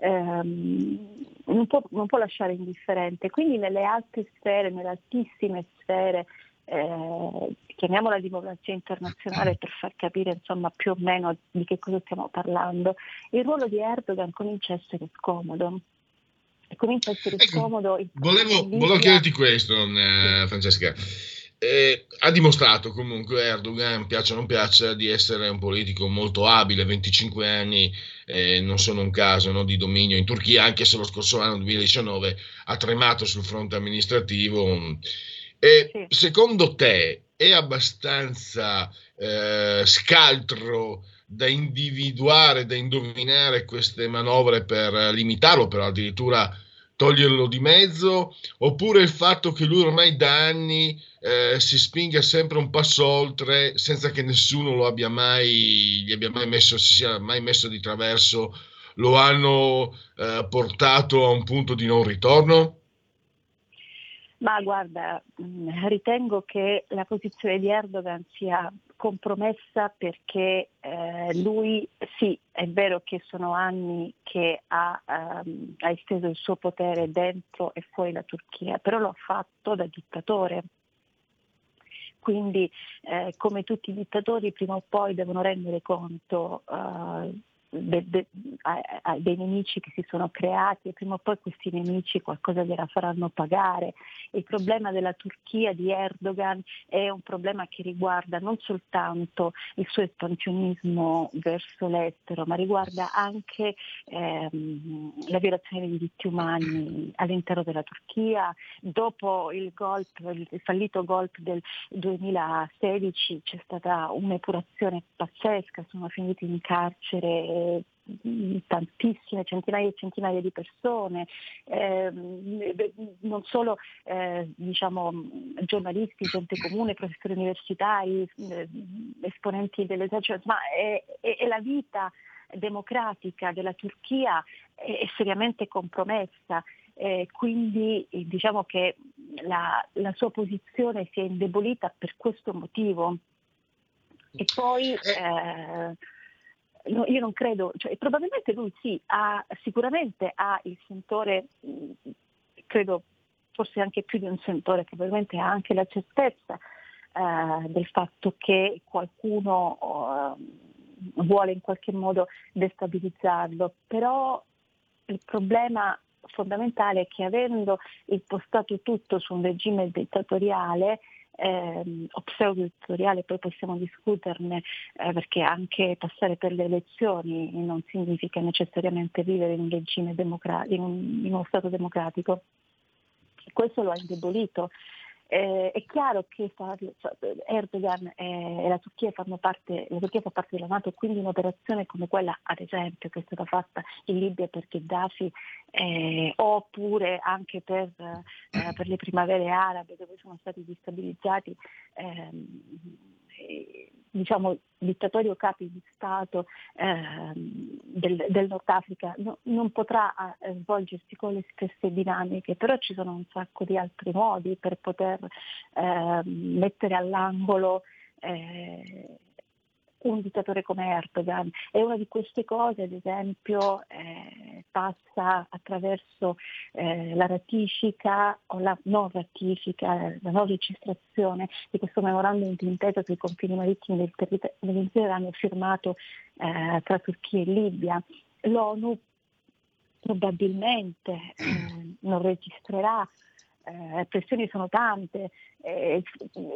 S20: ehm, non, può, non può lasciare indifferente. Quindi nelle alte sfere, nelle altissime sfere, eh, chiamiamola diplomazia internazionale per far capire insomma più o meno di che cosa stiamo parlando, il ruolo di Erdogan comincia a essere scomodo. Comincia a essere scomodo.
S6: Ecco, volevo, volevo chiederti questo, eh, Francesca. Eh, ha dimostrato comunque Erdogan, piaccia o non piaccia, di essere un politico molto abile. venticinque anni eh, non sono un caso, no, di dominio in Turchia, anche se lo scorso anno duemiladiciannove ha tremato sul fronte amministrativo. E sì. Secondo te è abbastanza eh, scaltro da individuare, da indovinare queste manovre per limitarlo, però addirittura toglierlo di mezzo, oppure il fatto che lui ormai da anni eh, si spinga sempre un passo oltre senza che nessuno lo abbia mai, gli abbia mai messo, si sia mai messo di traverso, lo hanno eh, portato a un punto di non ritorno?
S20: Ma guarda, ritengo che la posizione di Erdogan sia compromessa perché eh, lui, sì, è vero che sono anni che ha, um, ha esteso il suo potere dentro e fuori la Turchia, però lo ha fatto da dittatore. Quindi eh, come tutti i dittatori prima o poi devono rendere conto uh, De, de, a, a dei nemici che si sono creati, e prima o poi questi nemici qualcosa gliela faranno pagare. Il problema della Turchia di Erdogan è un problema che riguarda non soltanto il suo espansionismo verso l'estero, ma riguarda anche ehm, la violazione dei diritti umani all'interno della Turchia. Dopo il golpe, il fallito golpe del duemilasedici c'è stata un'epurazione pazzesca, sono finiti in carcere tantissime, centinaia e centinaia di persone, eh, non solo eh, diciamo giornalisti, gente comune, professori universitari, eh, esponenti dell'esercito, ma è, è, è la vita democratica della Turchia è, è seriamente compromessa, eh, quindi eh, diciamo che la, la sua posizione si è indebolita per questo motivo. E poi eh, No, io non credo, cioè, probabilmente lui sì, ha, sicuramente ha il sentore, mh, credo forse anche più di un sentore, probabilmente ha anche la certezza eh, del fatto che qualcuno uh, vuole in qualche modo destabilizzarlo, però il problema fondamentale è che avendo impostato tutto su un regime dittatoriale, Eh, o pseudo-dittatoriale, poi possiamo discuterne eh, perché anche passare per le elezioni non significa necessariamente vivere in un regime democratico, in, un, in uno Stato democratico. Questo lo ha indebolito. Eh, è chiaro che Erdogan e la Turchia fanno parte, la Turchia fa parte della NATO, quindi un'operazione come quella, ad esempio, che è stata fatta in Libia per Gheddafi, eh, oppure anche per, eh, per le primavere arabe, dove sono stati destabilizzati eh, diciamo dittatori o capi di Stato eh, del, del Nord Africa no, non potrà eh, svolgersi con le stesse dinamiche, però ci sono un sacco di altri modi per poter eh, mettere all'angolo eh, un dittatore come Erdogan, e una di queste cose ad esempio eh, passa attraverso eh, la ratifica o la non ratifica, la non registrazione di questo memorandum di intesa sui confini marittimi del territorio mediterraneo firmato eh, tra Turchia e Libia. L'ONU probabilmente eh, non registrerà, eh, pressioni sono tante, eh,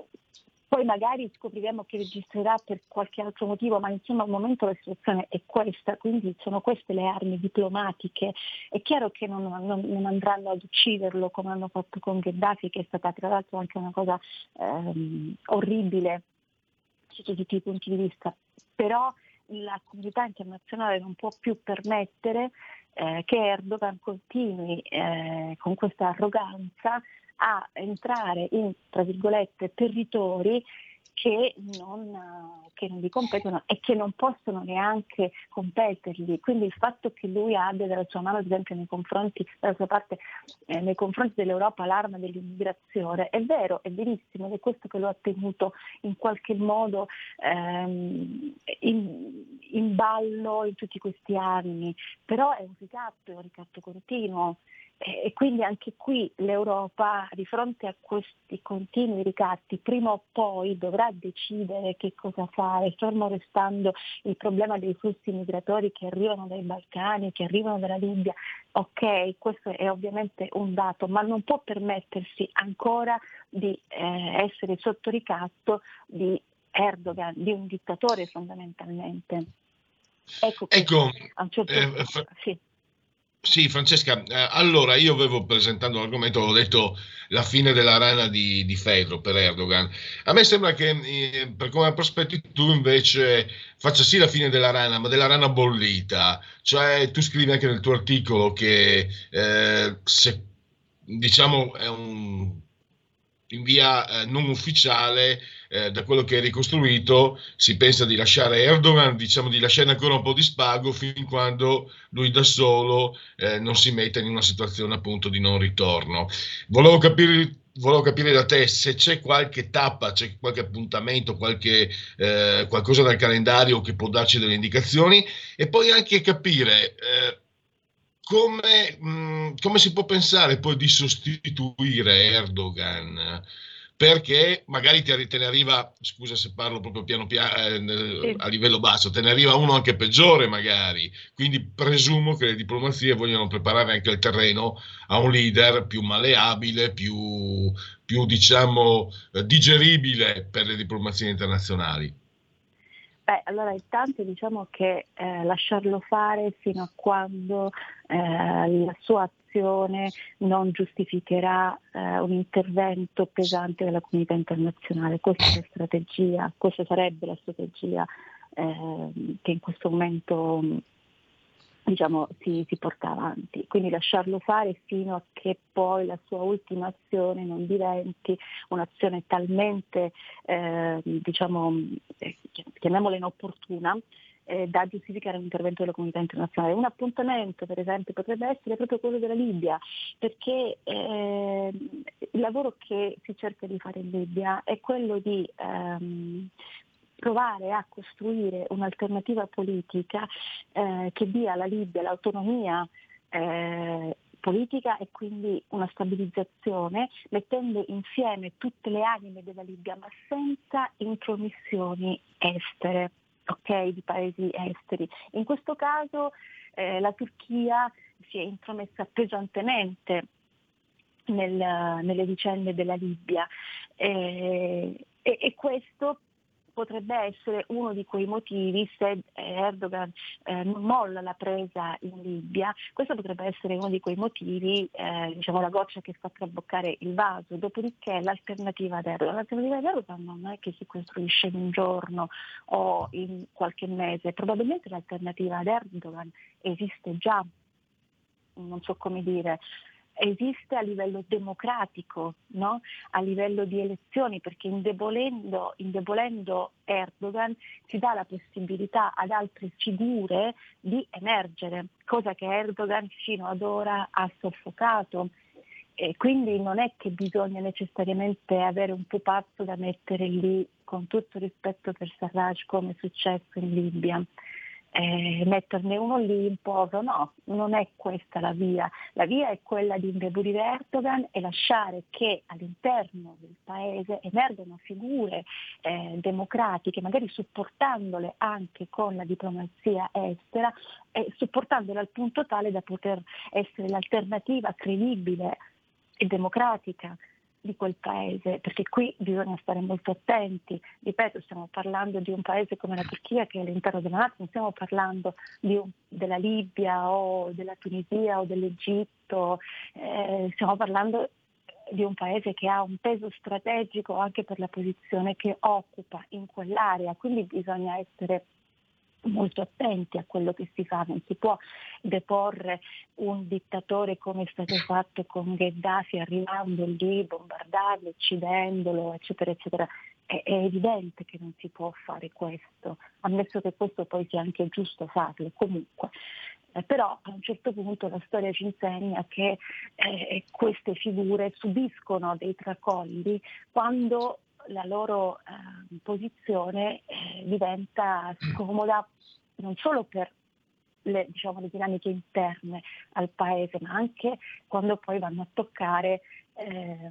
S20: poi magari scopriremo che registrerà per qualche altro motivo, ma insomma al momento la situazione è questa, quindi sono queste le armi diplomatiche. È chiaro che non, non, non andranno ad ucciderlo come hanno fatto con Gheddafi, che è stata tra l'altro anche una cosa ehm, orribile sotto tutti i punti di vista, però la comunità internazionale non può più permettere eh, che Erdogan continui eh, con questa arroganza a entrare in, tra virgolette, territori che non, che non gli competono e che non possono neanche competergli. Quindi il fatto che lui abbia dalla sua mano, ad esempio, nei confronti, dalla sua parte, eh, nei confronti dell'Europa l'arma dell'immigrazione, è vero, è verissimo, ed è questo che lo ha tenuto in qualche modo ehm, in, in ballo in tutti questi anni, però è un ricatto, è un ricatto continuo. E quindi anche qui l'Europa, di fronte a questi continui ricatti, prima o poi dovrà decidere che cosa fare, fermo restando il problema dei flussi migratori che arrivano dai Balcani, che arrivano dalla Libia. Ok, questo è ovviamente un dato, ma non può permettersi ancora di eh, essere sotto ricatto di Erdogan, di un dittatore fondamentalmente. Ecco,
S6: ecco
S20: a un certo
S6: eh,
S20: punto,
S6: fra-
S20: sì.
S6: Sì, Francesca, eh, allora io avevo presentato l'argomento, avevo detto la fine della rana di, di Fedro per Erdogan. A me sembra che, eh, per come prospetti tu, invece faccia sì la fine della rana, ma della rana bollita. Cioè, tu scrivi anche nel tuo articolo che eh, se, diciamo, è un in via eh, non ufficiale, eh, da quello che è ricostruito, si pensa di lasciare Erdogan, diciamo di lasciare ancora un po' di spago fin quando lui da solo eh, non si metta in una situazione appunto di non ritorno. Volevo capire, volevo capire da te se c'è qualche tappa, c'è qualche appuntamento, qualche, eh, qualcosa dal calendario che può darci delle indicazioni, e poi anche capire eh, Come, mh, come si può pensare poi di sostituire Erdogan? Perché magari te, te ne arriva, scusa se parlo proprio piano piano, eh,
S20: Sì.
S6: a livello basso, te ne arriva uno anche peggiore magari. Quindi presumo che le diplomazie vogliono preparare anche il terreno a un leader più malleabile, più, più diciamo eh, digeribile per le diplomazie internazionali.
S20: Beh, allora intanto diciamo che eh, lasciarlo fare fino a quando eh, la sua azione non giustificherà eh, un intervento pesante della comunità internazionale. Questa è la strategia, questa sarebbe la strategia eh, che in questo momento diciamo si, si porta avanti, quindi lasciarlo fare fino a che poi la sua ultima azione non diventi un'azione talmente eh, diciamo eh, chiamiamola inopportuna eh, da giustificare un intervento della comunità internazionale. Un appuntamento per esempio potrebbe essere proprio quello della Libia, perché eh, il lavoro che si cerca di fare in Libia è quello di ehm, provare a costruire un'alternativa politica eh, che dia alla Libia l'autonomia eh, politica e quindi una stabilizzazione, mettendo insieme tutte le anime della Libia, ma senza intromissioni estere, ok, di paesi esteri. In questo caso eh, la Turchia si è intromessa pesantemente nel, nelle vicende della Libia eh, e, e questo potrebbe essere uno di quei motivi, se Erdogan eh, non molla la presa in Libia, questo potrebbe essere uno di quei motivi, eh, diciamo la goccia che fa traboccare il vaso. Dopodiché l'alternativa ad Erdogan, l'alternativa ad Erdogan non è che si costruisce in un giorno o in qualche mese, probabilmente l'alternativa ad Erdogan esiste già, non so come dire. esiste a livello democratico, no? A livello di elezioni, perché indebolendo, indebolendo Erdogan si dà la possibilità ad altre figure di emergere, cosa che Erdogan fino ad ora ha soffocato. E quindi non è che bisogna necessariamente avere un pupazzo da mettere lì, con tutto rispetto per Sarraj, come è successo in Libia. Eh, metterne uno lì in poso, no, non è questa la via. La via è quella di indebolire Erdogan e lasciare che all'interno del paese emergano figure eh, democratiche, magari supportandole anche con la diplomazia estera e supportandole al punto tale da poter essere l'alternativa credibile e democratica di quel paese, perché qui bisogna stare molto attenti. Ripeto, stiamo parlando di un paese come la Turchia che è all'interno della NATO, non stiamo parlando di un, della Libia o della Tunisia o dell'Egitto, eh, stiamo parlando di un paese che ha un peso strategico anche per la posizione che occupa in quell'area, quindi bisogna essere molto attenti a quello che si fa. Non si può deporre un dittatore come è stato fatto con Gheddafi, arrivando lì, bombardarlo, uccidendolo, eccetera, eccetera. È, è evidente che non si può fare questo, ammesso che questo poi sia anche giusto farlo comunque. Eh, però a un certo punto la storia ci insegna che eh, queste figure subiscono dei tracolli quando la loro eh, posizione eh, diventa scomoda non solo per le, diciamo, le dinamiche interne al paese, ma anche quando poi vanno a toccare eh,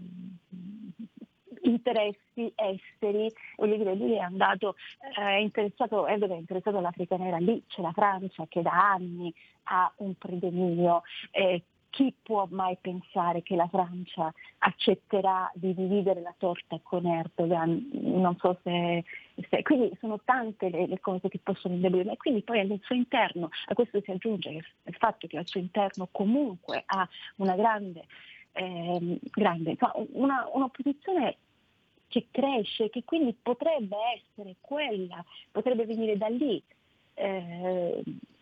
S20: interessi esteri. Voglio dire, lui è andato, è eh, interessato, Erdogan è interessato all'Africa nera, lì c'è la Francia che da anni ha un predominio. Eh, Chi può mai pensare che la Francia accetterà di dividere la torta con Erdogan? Non so se... se quindi sono tante le, le cose che possono indebolire. E quindi poi al suo interno, a questo si aggiunge il fatto che al suo interno comunque ha una grande, eh, grande una, un'opposizione che cresce, che quindi potrebbe essere quella, potrebbe venire da lì, eh,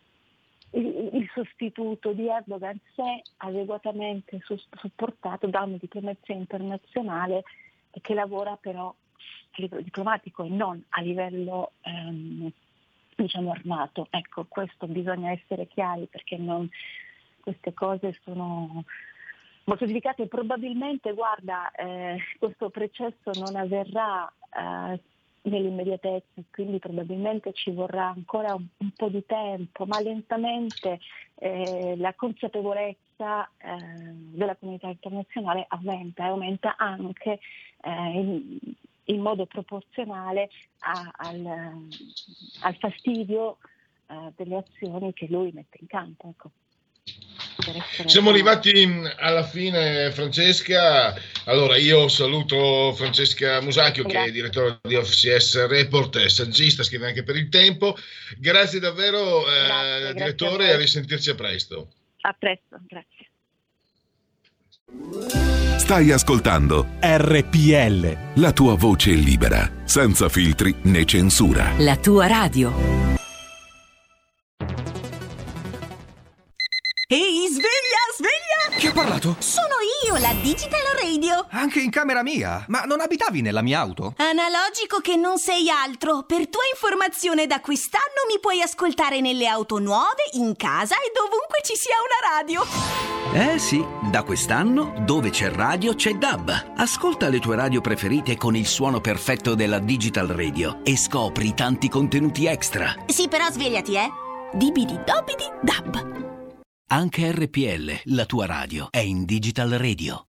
S20: il sostituto di Erdogan, se adeguatamente supportato da una diplomazia internazionale che lavora però a livello diplomatico e non a livello ehm, diciamo armato. Ecco, questo bisogna essere chiari, perché non, queste cose sono molto delicate. Probabilmente, guarda, eh, questo processo non avverrà eh, nell'immediatezza, quindi probabilmente ci vorrà ancora un, un po' di tempo, ma lentamente eh, la consapevolezza eh, della comunità internazionale aumenta e aumenta anche eh, in, in modo proporzionale a, al, al fastidio eh, delle azioni che lui mette in campo. Ecco.
S6: Siamo arrivati alla fine, Francesca. Allora io saluto Francesca Musacchio, Grazie. Che è direttore di O F C S Report, saggista, scrive anche per Il Tempo. Grazie davvero, grazie, eh, direttore, e a, a risentirci a presto.
S20: A presto, grazie.
S13: Stai ascoltando
S7: R P L,
S13: la tua voce libera, senza filtri né censura.
S1: La tua radio.
S10: Ehi, sveglia, sveglia!
S11: Chi ha parlato?
S10: Sono io, la Digital Radio.
S11: Anche in camera mia? Ma non abitavi nella mia auto?
S10: Analogico che non sei altro. Per tua informazione, da quest'anno mi puoi ascoltare nelle auto nuove, in casa e dovunque ci sia una radio.
S12: Eh sì, da quest'anno dove c'è radio c'è D A B. Ascolta le tue radio preferite con il suono perfetto della Digital Radio e scopri tanti contenuti extra.
S10: Sì, però svegliati, eh. Dibidi dobidi D A B.
S12: Anche R P L, la tua radio, è in Digital Radio.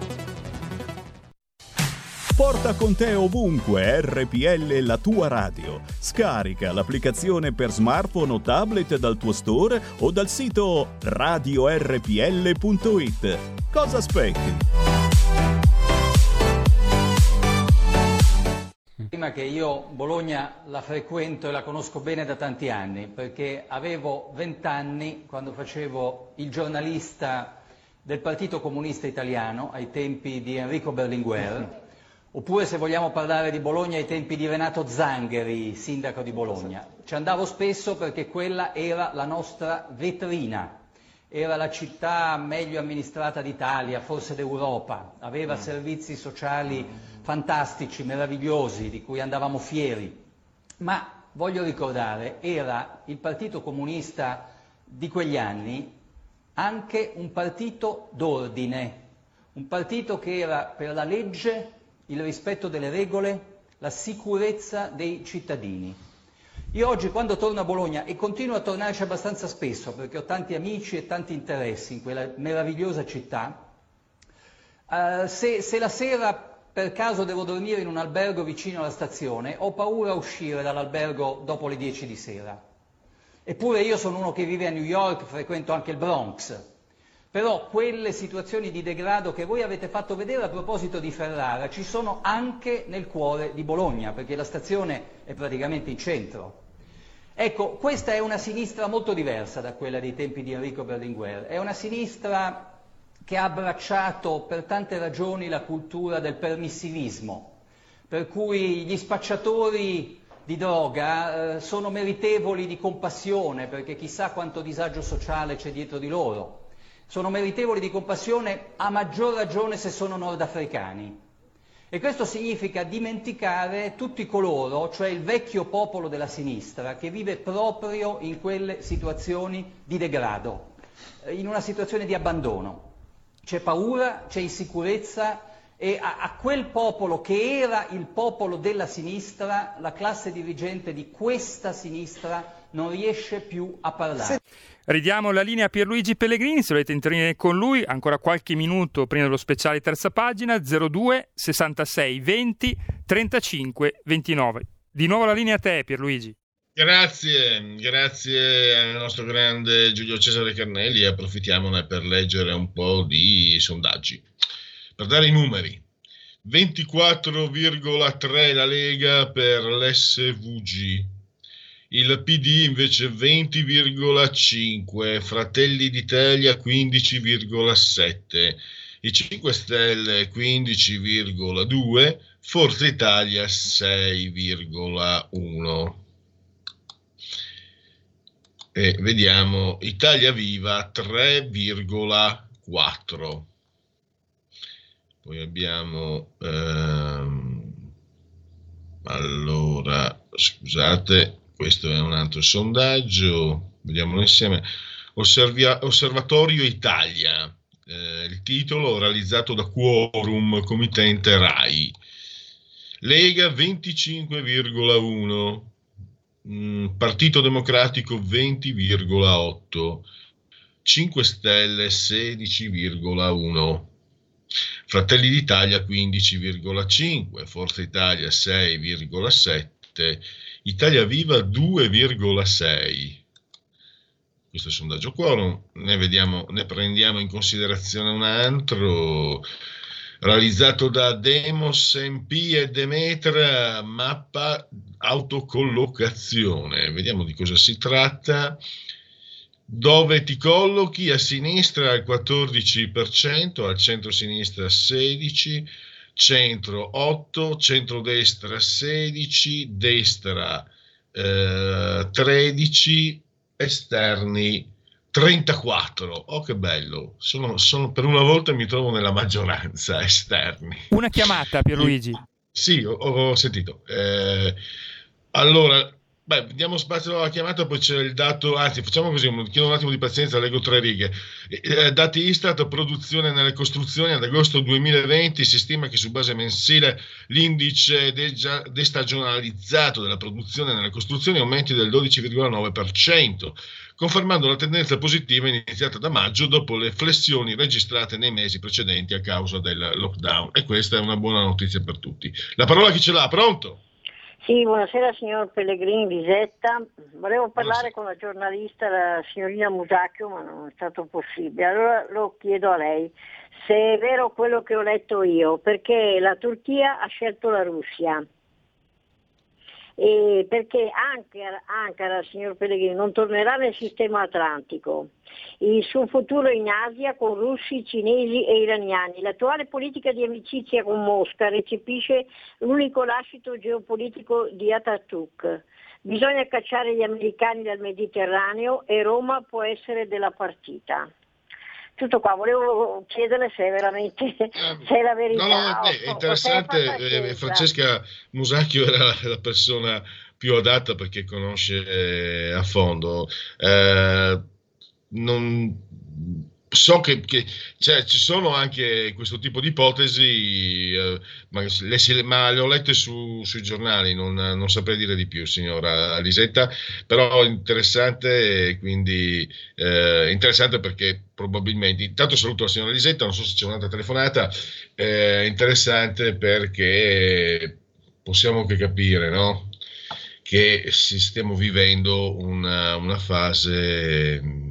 S17: Porta con te ovunque R P L, la tua radio. Scarica l'applicazione per smartphone o tablet dal tuo store o dal sito radio R P L punto it. Cosa aspetti?
S21: Prima che io Bologna la frequento e la conosco bene da tanti anni, perché avevo vent'anni quando facevo il giornalista del Partito Comunista Italiano ai tempi di Enrico Berlinguer, oppure, se vogliamo parlare di Bologna, ai tempi di Renato Zangheri, sindaco di Bologna. Ci andavo spesso perché quella era la nostra vetrina. era la città meglio amministrata d'Italia, forse d'Europa, aveva servizi sociali fantastici, meravigliosi, di cui andavamo fieri, ma voglio ricordare, era il Partito Comunista di quegli anni anche un partito d'ordine, un partito che era per la legge, il rispetto delle regole, la sicurezza dei cittadini. Io oggi quando torno a Bologna, e continuo a tornarci abbastanza spesso perché ho tanti amici e tanti interessi in quella meravigliosa città, uh, se, se la sera per caso devo dormire in un albergo vicino alla stazione, ho paura a uscire dall'albergo dopo le dieci di sera. Eppure io sono uno che vive a New York, frequento anche il Bronx. Però quelle situazioni di degrado che voi avete fatto vedere a proposito di Ferrara ci sono anche nel cuore di Bologna, perché la stazione è praticamente in centro. Ecco, questa è una sinistra molto diversa da quella dei tempi di Enrico Berlinguer. È una sinistra che ha abbracciato per tante ragioni la cultura del permissivismo, per cui gli spacciatori di droga eh, sono meritevoli di compassione, perché chissà quanto disagio sociale c'è dietro di loro. Sono meritevoli di compassione a maggior ragione se sono nordafricani. E questo significa dimenticare tutti coloro, cioè il vecchio popolo della sinistra, che vive proprio in quelle situazioni di degrado, in una situazione di abbandono. C'è paura, c'è insicurezza e a, a quel popolo che era il popolo della sinistra, la classe dirigente di questa sinistra non riesce più a parlare.
S19: Ridiamo la linea a Pierluigi Pellegrini, se volete intervenire con lui, ancora qualche minuto prima dello speciale terza pagina, zero due sessantasei venti trentacinque ventinove. Di nuovo la linea a te, Pierluigi.
S6: Grazie, grazie al nostro grande Giulio Cesare Carnelli, approfittiamone per leggere un po' di sondaggi. Per dare i numeri, ventiquattro virgola tre la Lega per l'S V G, il P D invece venti virgola cinque, Fratelli d'Italia quindici virgola sette, i cinque Stelle quindici virgola due, Forza Italia sei virgola uno. E vediamo Italia Viva tre virgola quattro. Poi abbiamo ehm, allora, scusate, questo è un altro sondaggio, vediamolo insieme. Osservia, Osservatorio Italia, eh, il titolo realizzato da Quorum, committente RAI. Lega venticinque virgola uno, mh, Partito Democratico venti virgola otto, cinque Stelle sedici virgola uno, Fratelli d'Italia quindici virgola cinque, Forza Italia sei virgola sette, Italia Viva due virgola sei. Questo è il sondaggio Quorum, ne vediamo, ne prendiamo in considerazione un altro realizzato da Demos M P e Demetra, mappa autocollocazione. Vediamo di cosa si tratta. Dove ti collochi? A sinistra al quattordici per cento, al centro-sinistra sedici per cento, centro otto, centrodestra sedici, destra eh, tredici, esterni trentaquattro. Oh, che bello! Sono, sono, per una volta mi trovo nella maggioranza esterni.
S19: Una chiamata, Pierluigi.
S6: Sì, ho, ho sentito. Eh, allora, beh, diamo spazio alla chiamata, poi c'è il dato, anzi facciamo così, chiedo un attimo di pazienza, leggo tre righe. Eh, dati Istat, produzione nelle costruzioni, ad agosto duemilaventi si stima che su base mensile l'indice de- destagionalizzato della produzione nelle costruzioni aumenti del dodici virgola nove per cento, confermando la tendenza positiva iniziata da maggio dopo le flessioni registrate nei mesi precedenti a causa del lockdown. E questa è una buona notizia per tutti. La parola chi ce l'ha? Pronto?
S2: Sì, buonasera signor Pellegrini, Lisetta. Volevo parlare con la giornalista, la signorina Musacchio, ma non è stato possibile. Allora lo chiedo a lei se è vero quello che ho letto io, perché la Turchia ha scelto la Russia. E perché Ankara, Ankara, signor Pellegrini, non tornerà nel sistema atlantico. Il suo futuro in Asia con russi, cinesi e iraniani. L'attuale politica di amicizia con Mosca recepisce l'unico lascito geopolitico di Atatürk. Bisogna cacciare gli americani dal Mediterraneo e Roma può essere della partita. Tutto qua, volevo chiederle se è veramente se è la verità.
S6: No, no, è, è interessante, eh, Francesca Musacchio era la, la persona più adatta perché conosce eh, a fondo. Eh, non, so che, che cioè, ci sono anche questo tipo di ipotesi, eh, ma, le, ma le ho lette su, sui giornali, non, non saprei dire di più, signora Lisetta, però interessante, quindi eh, interessante perché probabilmente, intanto saluto la signora Lisetta, non so se c'è un'altra telefonata, eh, interessante perché possiamo anche capire, no? Che stiamo vivendo una, una fase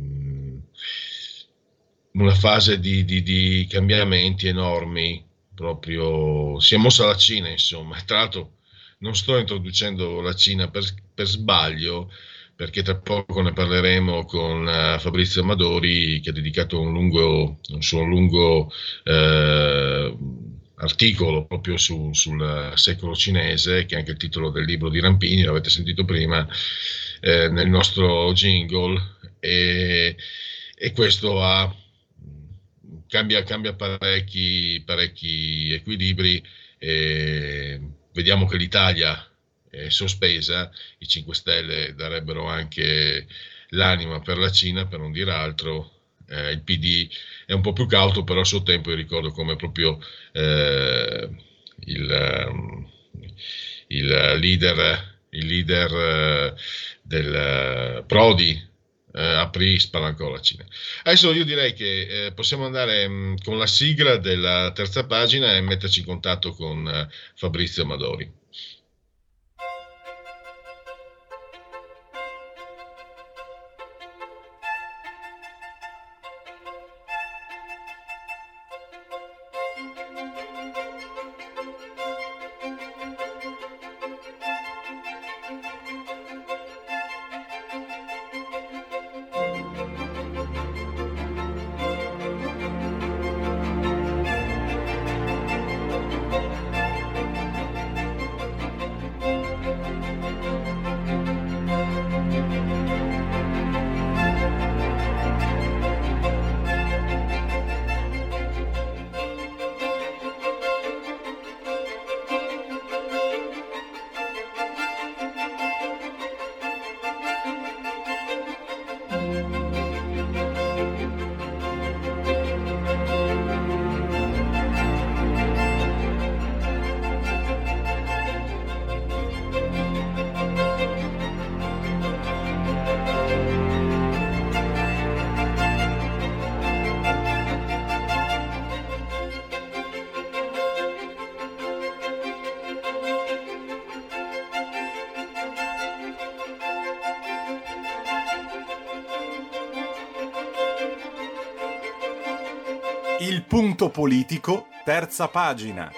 S6: una fase di, di, di cambiamenti enormi, proprio si è mossa la Cina, insomma. Tra l'altro non sto introducendo la Cina per, per sbaglio, perché tra poco ne parleremo con uh, Fabrizio Amadori, che ha dedicato un lungo un suo lungo eh, articolo proprio su, sul secolo cinese, che è anche il titolo del libro di Rampini, l'avete sentito prima eh, nel nostro jingle, e, e questo ha Cambia, cambia parecchi, parecchi equilibri, e vediamo che l'Italia è sospesa, i cinque Stelle darebbero anche l'anima per la Cina, per non dire altro, eh, il P D è un po' più cauto, però a suo tempo io ricordo come proprio eh, il, il leader, il leader eh, del Prodi, Uh, aprì, spalancò la Cina. Adesso io direi che eh, possiamo andare mh, con la sigla della terza pagina e metterci in contatto con uh, Fabrizio Amadori.
S7: Il punto politico, terza pagina.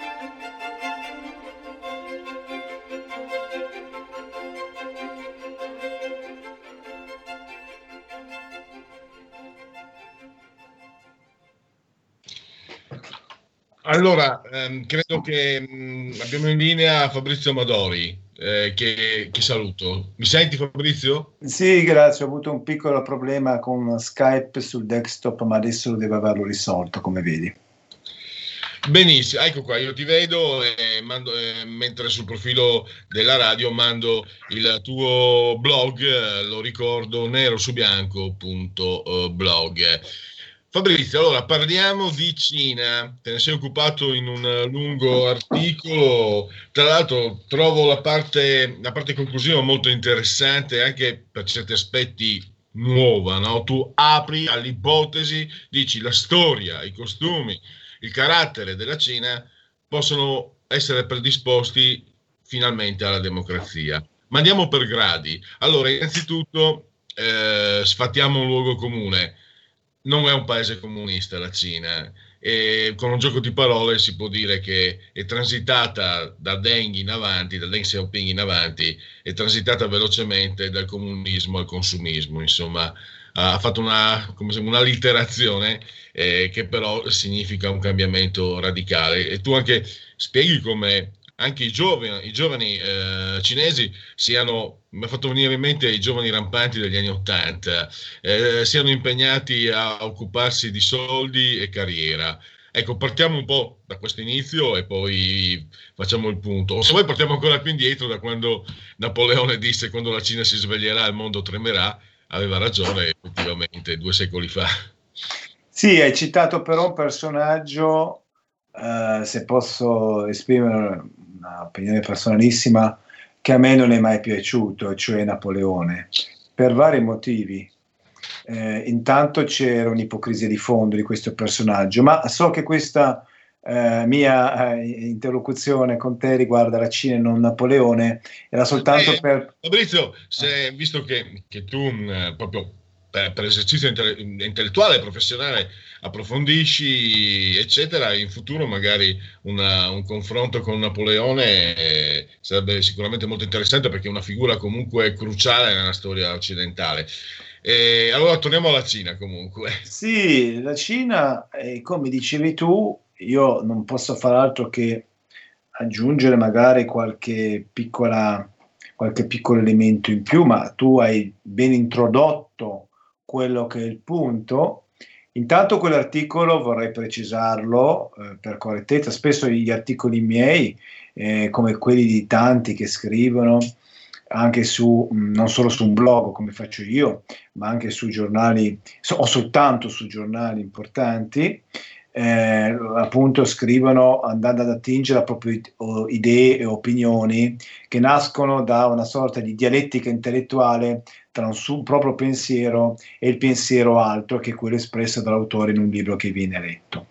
S6: Allora, ehm, credo che mh, abbiamo in linea Fabrizio Amadori, eh, che, che saluto. Mi senti, Fabrizio?
S3: Sì, grazie, ho avuto un piccolo problema con Skype sul desktop, ma adesso devo averlo risolto, come vedi.
S6: Benissimo, ecco qua, io ti vedo e mando, eh, mentre sul profilo della radio mando il tuo blog, eh, lo ricordo, nero su bianco punto blog. Fabrizio, allora parliamo di Cina, te ne sei occupato in un lungo articolo, tra l'altro trovo la parte, la parte conclusiva molto interessante, anche per certi aspetti nuova, no? Tu apri all'ipotesi, dici la storia, i costumi, il carattere della Cina possono essere predisposti finalmente alla democrazia. Ma andiamo per gradi. Allora, innanzitutto eh, sfattiamo un luogo comune. Non è un paese comunista la Cina, e con un gioco di parole si può dire che è transitata da Deng in avanti, da Deng Xiaoping in avanti, è transitata velocemente dal comunismo al consumismo, insomma ha fatto una, come se, una literazione eh, che però significa un cambiamento radicale. E tu anche spieghi come anche i giovani, i giovani eh, cinesi siano, mi ha fatto venire in mente i giovani rampanti degli anni Ottanta, eh, siano impegnati a occuparsi di soldi e carriera. Ecco, partiamo un po' da questo inizio e poi facciamo il punto. O se vuoi partiamo ancora più indietro, da quando Napoleone disse: quando la Cina si sveglierà il mondo tremerà. Aveva ragione effettivamente due secoli fa.
S3: Sì, hai citato però un personaggio, eh, se posso esprimere un'opinione personalissima, che a me non è mai piaciuto, cioè Napoleone, per vari motivi. Eh, intanto c'era un'ipocrisia di fondo di questo personaggio, ma so che questa eh, mia eh, interlocuzione con te riguarda la Cina e non Napoleone, era soltanto
S6: eh,
S3: per...
S6: Fabrizio, se, visto che, che tu eh, proprio per, per esercizio inter- intellettuale, professionale, approfondisci, eccetera, in futuro magari una, un confronto con Napoleone eh, sarebbe sicuramente molto interessante, perché è una figura comunque cruciale nella storia occidentale. E allora torniamo alla Cina comunque.
S3: Sì, la Cina, eh, come dicevi tu, io non posso far altro che aggiungere magari qualche piccola, qualche piccolo elemento in più, ma tu hai ben introdotto quello che è il punto. Intanto quell'articolo vorrei precisarlo eh, per correttezza, spesso gli articoli miei, eh, come quelli di tanti che scrivono, anche su, non solo su un blog come faccio io, ma anche su giornali, o soltanto su giornali importanti, eh, appunto scrivono andando ad attingere a proprie idee e opinioni che nascono da una sorta di dialettica intellettuale tra un suo proprio pensiero e il pensiero alto, che è quello espresso dall'autore in un libro che viene letto.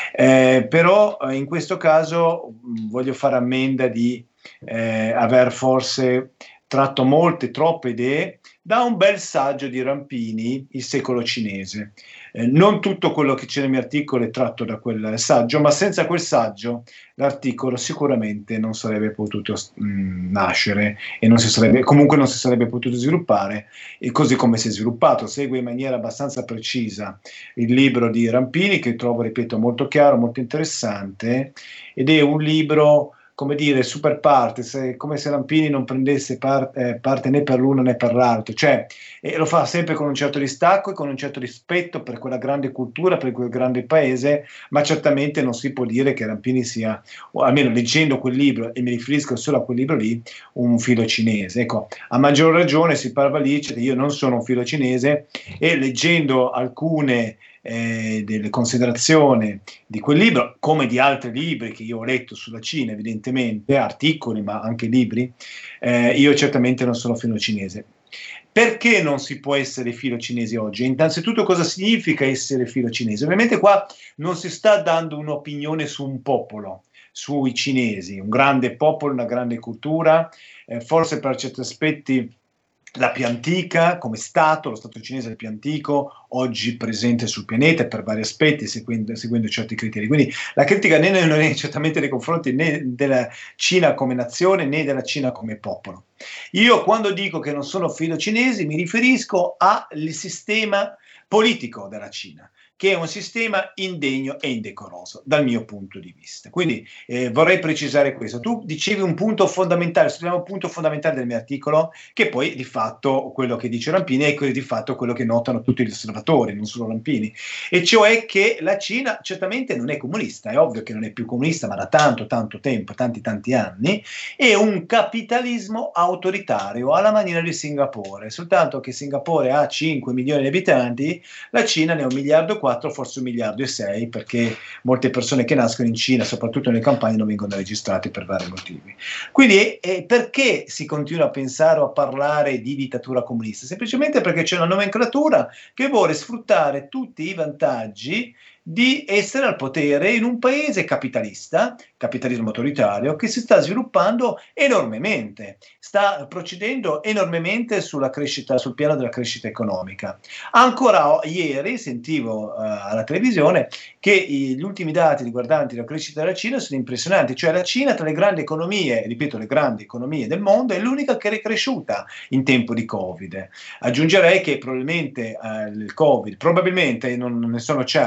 S3: Eh, però eh, in questo caso mh, voglio fare ammenda di eh, aver forse tratto molte, troppe idee da un bel saggio di Rampini, Il secolo cinese. Eh, non tutto quello che c'è nel mio articolo è tratto da quel saggio, ma senza quel saggio l'articolo sicuramente non sarebbe potuto mh, nascere e non si sarebbe, comunque non si sarebbe potuto sviluppare, e così come si è sviluppato. Segue in maniera abbastanza precisa il libro di Rampini, che trovo, ripeto, molto chiaro, molto interessante, ed è un libro, come dire, super partes, è come se Rampini non prendesse par- eh, parte né per l'uno né per l'altro, cioè eh, lo fa sempre con un certo distacco e con un certo rispetto per quella grande cultura, per quel grande paese, ma certamente non si può dire che Rampini sia, o almeno leggendo quel libro, e mi riferisco solo a quel libro lì, un filo cinese. Ecco, a maggior ragione si parla lì, cioè io non sono un filo cinese, e leggendo alcune Eh, delle considerazioni di quel libro, come di altri libri che io ho letto sulla Cina, evidentemente, articoli ma anche libri, eh, io certamente non sono filo cinese. Perché non si può essere filo cinese oggi? Innanzitutto, cosa significa essere filo cinese? Ovviamente qua non si sta dando un'opinione su un popolo, sui cinesi, un grande popolo, una grande cultura, eh, forse per certi aspetti la più antica come Stato, lo Stato cinese è il più antico, oggi presente sul pianeta per vari aspetti, seguendo, seguendo certi criteri. Quindi la critica non è, non è certamente nei confronti né della Cina come nazione né della Cina come popolo. Io quando dico che non sono filo cinesi mi riferisco al sistema politico della Cina, che è un sistema indegno e indecoroso dal mio punto di vista. Quindi eh, vorrei precisare questo. Tu dicevi un punto fondamentale, studiamo un punto fondamentale del mio articolo, che poi di fatto quello che dice Rampini è di fatto quello che notano tutti gli osservatori, non solo Rampini, e cioè che la Cina certamente non è comunista, è ovvio che non è più comunista, ma da tanto tanto tempo, tanti tanti anni, è un capitalismo autoritario alla maniera di Singapore, soltanto che Singapore ha cinque milioni di abitanti, la Cina ne ha un miliardo e quattro, forse un miliardo e sei, perché molte persone che nascono in Cina, soprattutto nelle campagne, non vengono registrate per vari motivi. Quindi eh, perché si continua a pensare o a parlare di dittatura comunista? Semplicemente perché c'è una nomenclatura che vuole sfruttare tutti i vantaggi di essere al potere in un paese capitalista, capitalismo autoritario, che si sta sviluppando enormemente, sta procedendo enormemente sulla crescita, sul piano della crescita economica. Ancora ieri sentivo uh, alla televisione che i, gli ultimi dati riguardanti la crescita della Cina sono impressionanti, cioè la Cina tra le grandi economie, ripeto le grandi economie del mondo, è l'unica che è cresciuta in tempo di Covid. Aggiungerei che probabilmente uh, il Covid, probabilmente, non, non ne sono certo, questa è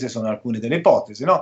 S3: sono alcune delle ipotesi, no?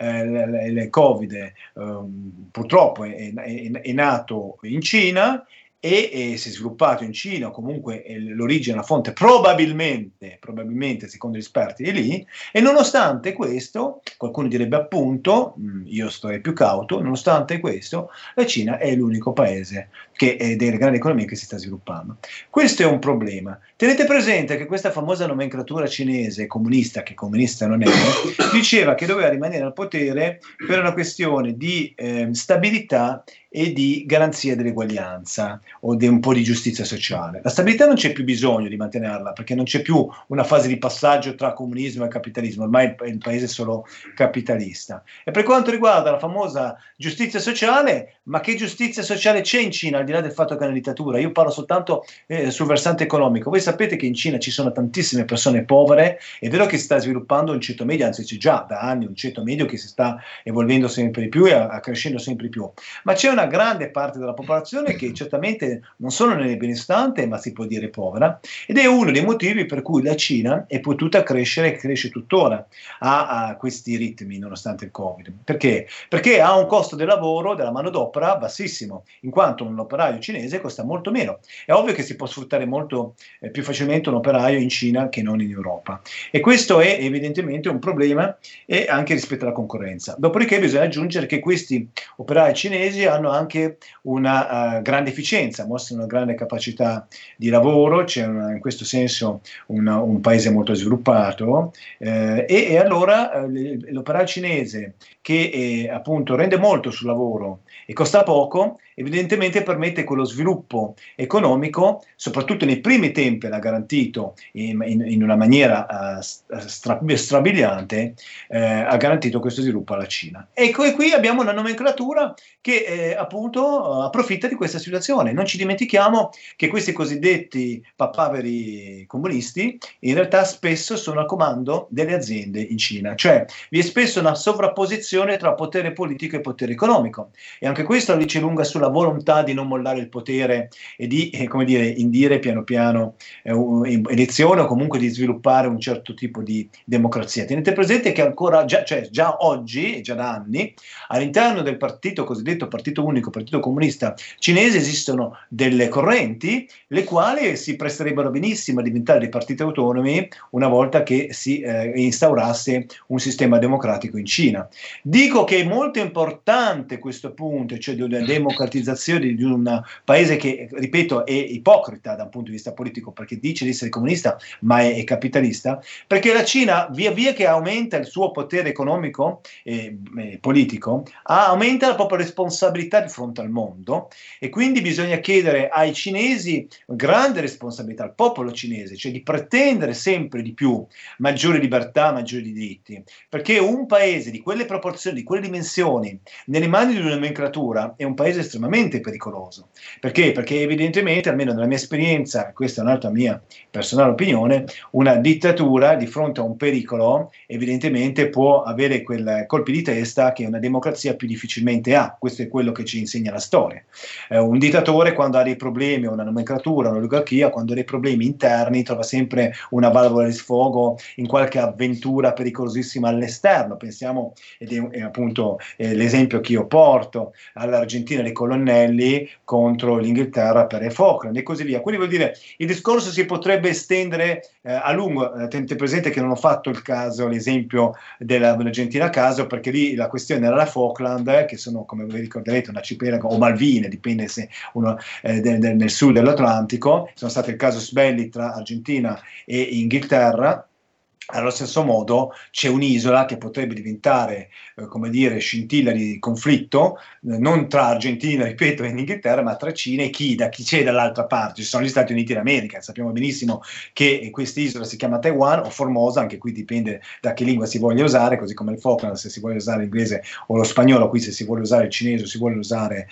S3: Eh, il Covid eh, purtroppo è, è, è nato in Cina e, e si è sviluppato in Cina, o comunque eh, l'origine, la fonte probabilmente, probabilmente secondo gli esperti è lì, e nonostante questo, qualcuno direbbe appunto, mh, io starei più cauto, nonostante questo la Cina è l'unico paese che è delle grandi economie che si sta sviluppando. Questo è un problema. Tenete presente che questa famosa nomenclatura cinese comunista, che comunista non è, diceva che doveva rimanere al potere per una questione di eh, stabilità e di garanzia dell'eguaglianza o di un po' di giustizia sociale. La stabilità non c'è più bisogno di mantenerla, perché non c'è più una fase di passaggio tra comunismo e capitalismo, ormai il, il paese è solo capitalista. E per quanto riguarda la famosa giustizia sociale, ma che giustizia sociale c'è in Cina, al di là del fatto che è una dittatura? Io parlo soltanto eh, sul versante economico. Voi sapete che in Cina ci sono tantissime persone povere, è vero che si sta sviluppando un ceto medio, anzi c'è già da anni un ceto medio che si sta evolvendo sempre di più e a, a crescendo sempre di più, ma c'è una grande parte della popolazione che certamente non solo non è benestante, ma si può dire povera, ed è uno dei motivi per cui la Cina è potuta crescere e cresce tuttora a, a questi ritmi nonostante il Covid. Perché? Perché ha un costo del lavoro, della manodopera bassissimo, in quanto un operaio cinese costa molto meno. È ovvio che si può sfruttare molto eh, più facilmente un operaio in Cina che non in Europa, e questo è evidentemente un problema e anche rispetto alla concorrenza. Dopodiché bisogna aggiungere che questi operai cinesi hanno anche una uh, grande efficienza, mostrano una grande capacità di lavoro, c'è una, in questo senso una, un paese molto sviluppato eh, e, e allora eh, l'operaio cinese che eh, appunto rende molto sul lavoro e costa poco, evidentemente permette quello sviluppo economico, soprattutto nei primi tempi l'ha garantito in, in, in una maniera uh, stra, strabiliante, eh, ha garantito questo sviluppo alla Cina. Ecco, e qui abbiamo una nomenclatura che eh, appunto uh, approfitta di questa situazione. Non ci dimentichiamo che questi cosiddetti papaveri comunisti in realtà spesso sono al comando delle aziende in Cina, cioè vi è spesso una sovrapposizione tra potere politico e potere economico, e anche questo la dice lunga sulla volontà di non mollare il potere e di, eh, come dire, indire piano piano eh, elezione o comunque di sviluppare un certo tipo di democrazia. Tenete presente che ancora, già, cioè già oggi, già da anni, all'interno del partito cosiddetto partito unico, partito comunista cinese, esistono delle correnti le quali si presterebbero benissimo a diventare dei partiti autonomi una volta che si eh, instaurasse un sistema democratico in Cina. Dico che è molto importante questo punto, cioè di una democratizzazione di un paese che, ripeto, è ipocrita da un punto di vista politico, perché dice di essere comunista ma è, è capitalista, perché la Cina via via che aumenta il suo potere economico e, e politico, aumenta la propria responsabilità di fronte al mondo, e quindi bisogna chiedere ai cinesi grande responsabilità, al popolo cinese, cioè di pretendere sempre di più maggiori libertà, maggiori diritti, perché un paese di quelle proporzioni, di quelle dimensioni, nelle mani di una nomenclatura è un paese estremamente pericoloso. Perché? Perché evidentemente, almeno nella mia esperienza, questa è un'altra mia personale opinione, una dittatura di fronte a un pericolo evidentemente può avere quei colpi di testa che una democrazia più difficilmente ha. Questo è quello che ci insegna la storia. Eh, un dittatore, quando ha dei problemi, una nomenclatura, un'oligarchia, quando ha dei problemi interni, trova sempre una valvola di sfogo in qualche avventura pericolosissima all'esterno. Pensiamo, ed è, è appunto eh, l'esempio che io porto, all'Argentina dei colonnelli contro l'Inghilterra per i Falkland e così via. Quindi vuol dire, il discorso si potrebbe estendere eh, a lungo. Eh, tenete presente che non ho fatto il caso, l'esempio della, dell'Argentina a caso, perché lì la questione era la Falkland, eh, che sono, come vi ricorderete, un arcipelago, o Malvine, dipende se uno eh, de, de, nel sud dell'Atlantico. Sono stati il casus belli tra Argentina e Inghilterra. Allo stesso modo c'è un'isola che potrebbe diventare, eh, come dire, scintilla di conflitto, eh, non tra Argentina, ripeto, e Inghilterra, ma tra Cina e chi, da chi c'è dall'altra parte. Ci sono gli Stati Uniti d'America, sappiamo benissimo che questa isola si chiama Taiwan o Formosa, anche qui dipende da che lingua si voglia usare, così come il Falkland, se si vuole usare l'inglese o lo spagnolo, qui se si vuole usare il cinese o si vuole usare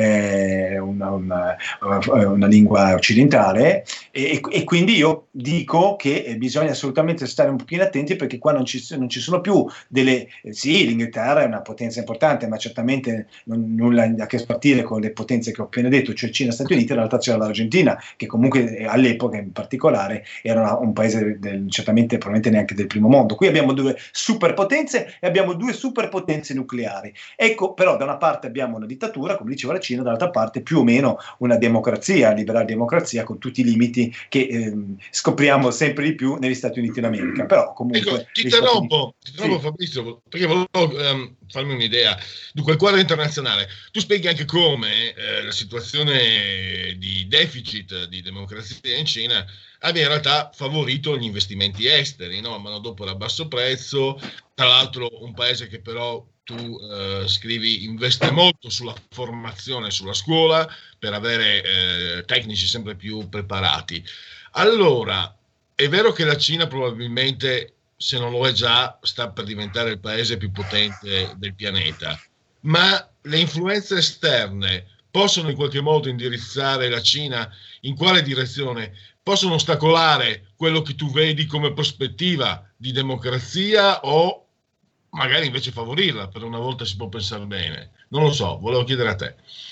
S3: eh, una, una, una lingua occidentale, e, e quindi io dico che bisogna assolutamente stare un pochino attenti, perché qua non ci, non ci sono più delle, eh, sì, l'Inghilterra è una potenza importante, ma certamente non, nulla a che spartire con le potenze che ho appena detto, cioè Cina e Stati Uniti. In realtà c'era l'Argentina, che comunque all'epoca in particolare era una, un paese del, certamente probabilmente neanche del primo mondo. Qui abbiamo due superpotenze e abbiamo due superpotenze nucleari. Ecco, però da una parte abbiamo una dittatura, come diceva la Cina, dall'altra parte più o meno una democrazia, liberale democrazia, con tutti i limiti che ehm, scopriamo sempre di più negli Stati Uniti d'America. Però comunque
S6: ecco, ti interrompo, ti interrompo sì. Fabrizio, perché volevo um, farmi un'idea di quel quadro internazionale. Tu spieghi anche come eh, la situazione di deficit di democrazia in Cina abbia in realtà favorito gli investimenti esteri, no? Mano dopo a basso prezzo, tra l'altro un paese che però tu eh, scrivi investe molto sulla formazione, sulla scuola, per avere eh, tecnici sempre più preparati. Allora, è vero che la Cina probabilmente, se non lo è già, sta per diventare il paese più potente del pianeta, ma le influenze esterne possono in qualche modo indirizzare la Cina in quale direzione? Possono ostacolare quello che tu vedi come prospettiva di democrazia o magari invece favorirla? Per una volta si può pensare bene. Non lo so, volevo chiedere a te.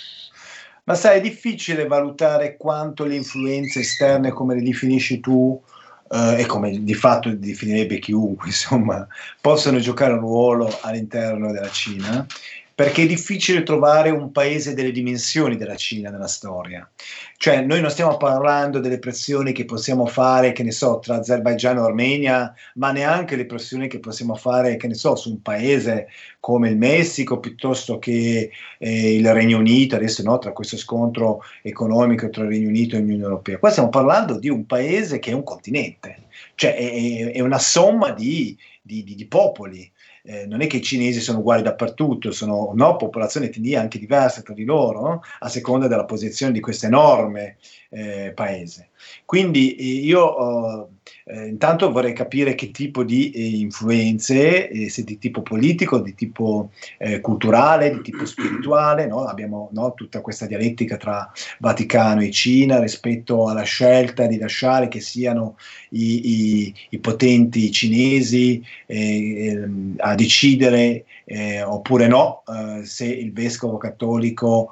S3: Ma sai, è difficile valutare quanto le influenze esterne, come le definisci tu, eh, e come di fatto definirebbe chiunque, insomma, possono giocare un ruolo all'interno della Cina, perché è difficile trovare un paese delle dimensioni della Cina nella storia. Cioè, noi non stiamo parlando delle pressioni che possiamo fare, che ne so, tra Azerbaigian e Armenia, ma neanche le pressioni che possiamo fare, che ne so, su un paese come il Messico, piuttosto che eh, il Regno Unito, adesso no, tra questo scontro economico tra il Regno Unito e l'Unione Europea. Qua stiamo parlando di un paese che è un continente, cioè è, è una somma di, di, di, di popoli. Eh, non è che i cinesi sono uguali dappertutto, sono no, popolazioni etnie anche diverse tra di loro, no? A seconda della posizione di questo enorme eh, paese. Quindi eh, io eh, intanto vorrei capire che tipo di eh, influenze, eh, se di tipo politico, di tipo eh, culturale, di tipo spirituale, no? Abbiamo no, tutta questa dialettica tra Vaticano e Cina rispetto alla scelta di lasciare che siano i, i, i potenti cinesi eh, eh, a decidere eh, oppure no eh, se il vescovo cattolico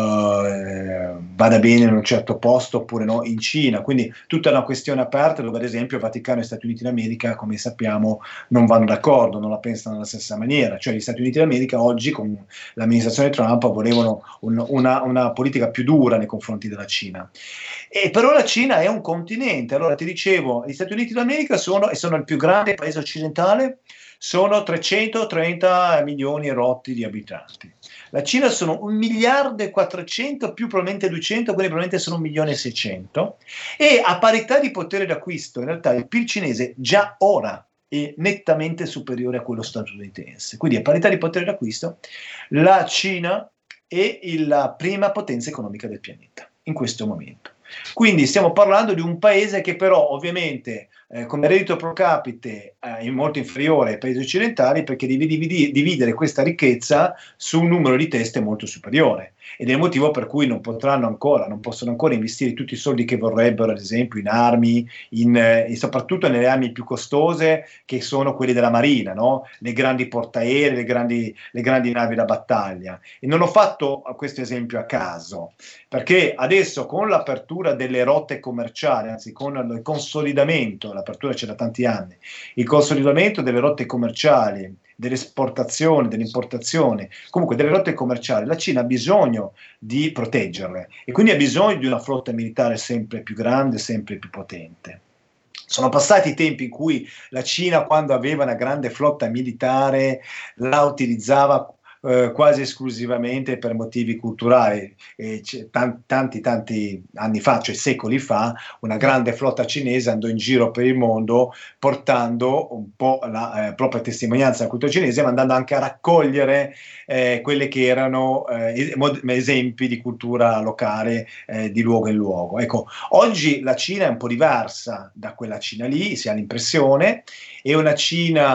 S3: eh, vada bene in un certo posto oppure no in Cina. Quindi tutta una questione aperta dove ad esempio Vaticano e Stati Uniti d'America, come sappiamo, non vanno d'accordo, non la pensano alla stessa maniera. Cioè gli Stati Uniti d'America oggi con l'amministrazione Trump volevano un, una, una politica più dura nei confronti della Cina. E però la Cina è un continente. Allora ti dicevo, gli Stati Uniti d'America sono, e sono il più grande paese occidentale, sono trecentotrenta milioni e rotti di abitanti. La Cina sono un miliardo e quattrocento, più probabilmente duecento, quindi probabilmente sono un milione e seicento, e a parità di potere d'acquisto in realtà il P I L cinese già ora è nettamente superiore a quello statunitense. Quindi a parità di potere d'acquisto la Cina è la prima potenza economica del pianeta in questo momento. Quindi stiamo parlando di un paese che però ovviamente eh, come reddito pro capite eh, è molto inferiore ai paesi occidentali, perché devi dividi- dividere questa ricchezza su un numero di teste molto superiore, ed è il motivo per cui non potranno ancora, non possono ancora investire tutti i soldi che vorrebbero, ad esempio in armi, in, eh, e soprattutto nelle armi più costose, che sono quelle della Marina, no? Le grandi portaerei, le grandi, le grandi navi da battaglia. E non ho fatto questo esempio a caso, perché adesso con l'apertura delle rotte commerciali, anzi con il consolidamento, l'apertura c'è da tanti anni, il consolidamento delle rotte commerciali, dell'esportazione, dell'importazione, comunque delle rotte commerciali, la Cina ha bisogno di proteggerle e quindi ha bisogno di una flotta militare sempre più grande, sempre più potente. Sono passati i tempi in cui la Cina, quando aveva una grande flotta militare, la utilizzava Eh, quasi esclusivamente per motivi culturali. Eh, tanti, tanti tanti anni fa, cioè secoli fa, una grande flotta cinese andò in giro per il mondo portando un po' la eh, propria testimonianza della cultura cinese, ma andando anche a raccogliere eh, quelle che erano eh, esempi di cultura locale eh, di luogo in luogo. Ecco, oggi la Cina è un po' diversa da quella Cina lì, si ha l'impressione, è una Cina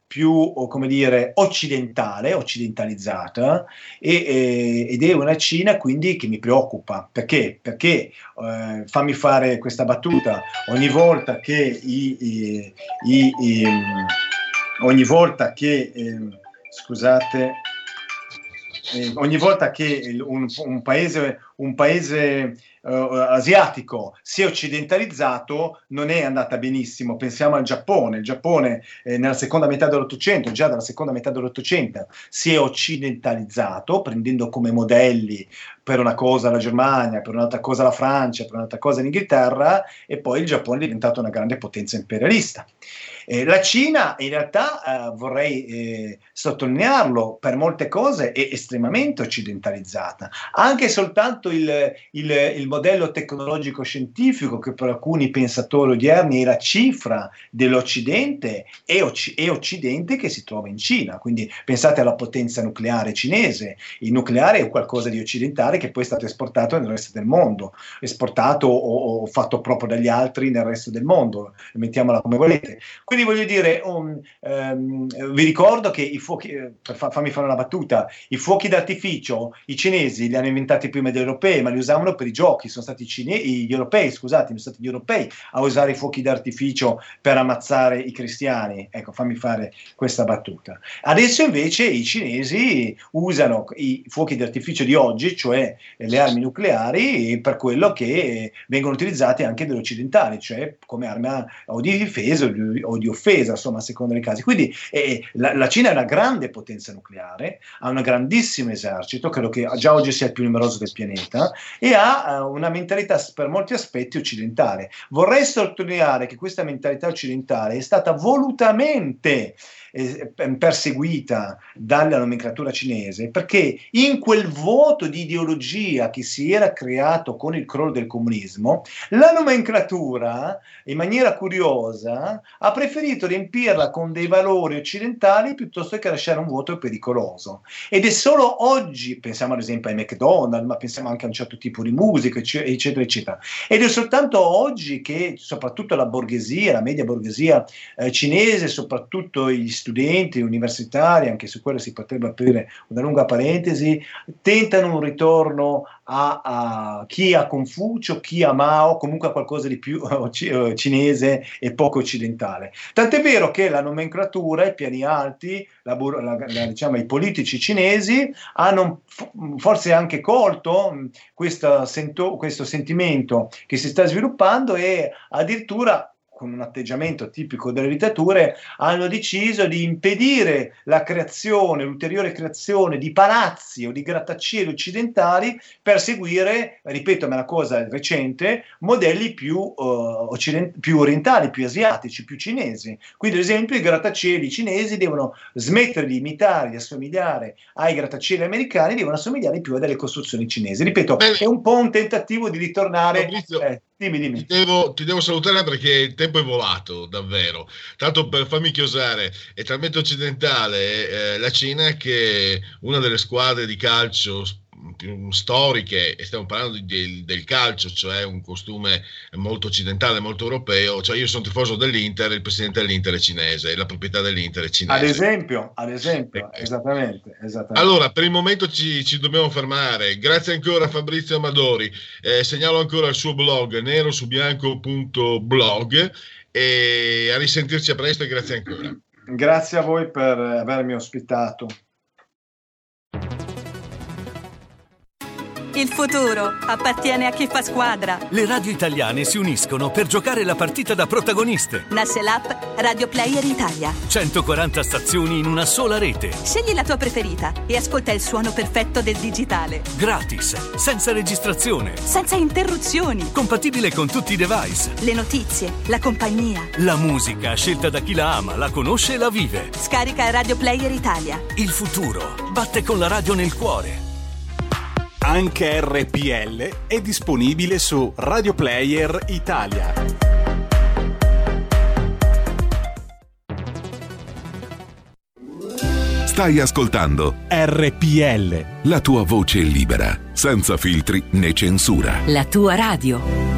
S3: più, o come dire, occidentale, occidentalizzata, e, e, ed è una Cina quindi che mi preoccupa. Perché? Perché, eh, fammi fare questa battuta, ogni volta che i, i, i, i ogni volta che eh, scusate eh, ogni volta che un, un paese un paese uh, asiatico si è occidentalizzato non è andata benissimo. Pensiamo al Giappone. Il Giappone eh, nella seconda metà dell'Ottocento, già dalla seconda metà dell'Ottocento, si è occidentalizzato prendendo come modelli per una cosa la Germania, per un'altra cosa la Francia, per un'altra cosa l'Inghilterra, e poi il Giappone è diventato una grande potenza imperialista. Eh, la Cina in realtà, eh, vorrei eh, sottolinearlo, per molte cose è estremamente occidentalizzata. Anche soltanto il, il, il modello tecnologico scientifico, che per alcuni pensatori odierni è la cifra dell'Occidente, è, occ- è Occidente che si trova in Cina. Quindi pensate alla potenza nucleare cinese. Il nucleare è qualcosa di occidentale che poi è stato esportato nel resto del mondo, esportato o, o fatto proprio dagli altri nel resto del mondo, mettiamola come volete. Quindi voglio dire, um, um, vi ricordo che i fuochi, per fa, fammi fare una battuta, i fuochi d'artificio i cinesi li hanno inventati prima degli europei, ma li usavano per i giochi. Sono stati i cine- gli europei, scusate, sono stati gli europei a usare i fuochi d'artificio per ammazzare i cristiani. Ecco, fammi fare questa battuta. Adesso invece i cinesi usano i fuochi d'artificio di oggi, cioè le armi nucleari, per quello che vengono utilizzate anche dagli occidentali, cioè come arma o di difesa o di, o di offesa, insomma, a seconda dei casi. Quindi eh, la, la Cina è una grande potenza nucleare, ha un grandissimo esercito, credo che già oggi sia il più numeroso del pianeta, e ha uh, una mentalità per molti aspetti occidentale. Vorrei sottolineare che questa mentalità occidentale è stata volutamente eh, perseguita dalla nomenclatura cinese, perché in quel vuoto di ideologia che si era creato con il crollo del comunismo, la nomenclatura, in maniera curiosa, ha preferito riempirla con dei valori occidentali piuttosto che lasciare un vuoto pericoloso. Ed è solo oggi, pensiamo ad esempio ai McDonald's, ma pensiamo anche a un certo tipo di musica, eccetera, eccetera. Ed è soltanto oggi che soprattutto la borghesia, la media borghesia eh, cinese, soprattutto gli studenti universitari, anche su quello si potrebbe aprire una lunga parentesi, tentano un ritorno a, a chi ha Confucio, chi ha Mao, comunque a qualcosa di più uh, cinese e poco occidentale. Tant'è vero che la nomenclatura, i piani alti, la, la, la, diciamo, i politici cinesi hanno forse anche colto mh, questo, sento, questo sentimento che si sta sviluppando, e addirittura, con un atteggiamento tipico delle dittature, hanno deciso di impedire la creazione, l'ulteriore creazione di palazzi o di grattacieli occidentali per seguire, ripeto, ma è una cosa recente, modelli più, uh, occident- più orientali, più asiatici, più cinesi. Quindi, ad esempio, i grattacieli cinesi devono smettere di imitare, di assomigliare ai grattacieli americani, devono assomigliare più a delle costruzioni cinesi. Ripeto, Beh, è un po' un tentativo di ritornare...
S6: Fabrizio,
S3: eh, dimmi, dimmi.
S6: Ti devo, ti devo salutare perché il tempo è volato, davvero. Tanto per farmi chiosare, è talmente occidentale eh, la Cina che una delle squadre di calcio più storiche, e stiamo parlando di, di, del calcio, cioè un costume molto occidentale, molto europeo, cioè io sono tifoso dell'Inter, il presidente dell'Inter è cinese, la proprietà dell'Inter è cinese.
S3: Ad esempio, ad esempio, eh, esattamente, esattamente.
S6: Allora, per il momento ci, ci dobbiamo fermare. Grazie ancora a Fabrizio Amadori, eh, segnalo ancora il suo blog nero su bianco punto blog, e a risentirci a presto e grazie ancora.
S3: Grazie a voi per avermi ospitato.
S16: Il futuro appartiene a chi fa squadra.
S15: Le radio italiane si uniscono per giocare la partita da protagoniste.
S16: Nasce l'app Radio Player Italia.
S15: centoquaranta stazioni in una sola rete.
S16: Scegli la tua preferita e ascolta il suono perfetto del digitale.
S15: Gratis, senza registrazione.
S16: Senza interruzioni.
S15: Compatibile con tutti i device.
S16: Le notizie, la compagnia.
S15: La musica scelta da chi la ama, la conosce e la vive.
S16: Scarica Radio Player Italia.
S15: Il futuro batte con la radio nel cuore.
S7: Anche R P L è disponibile su Radio Player Italia.
S13: Stai ascoltando
S7: R P L,
S13: la tua voce libera, senza filtri né censura.
S1: La tua radio.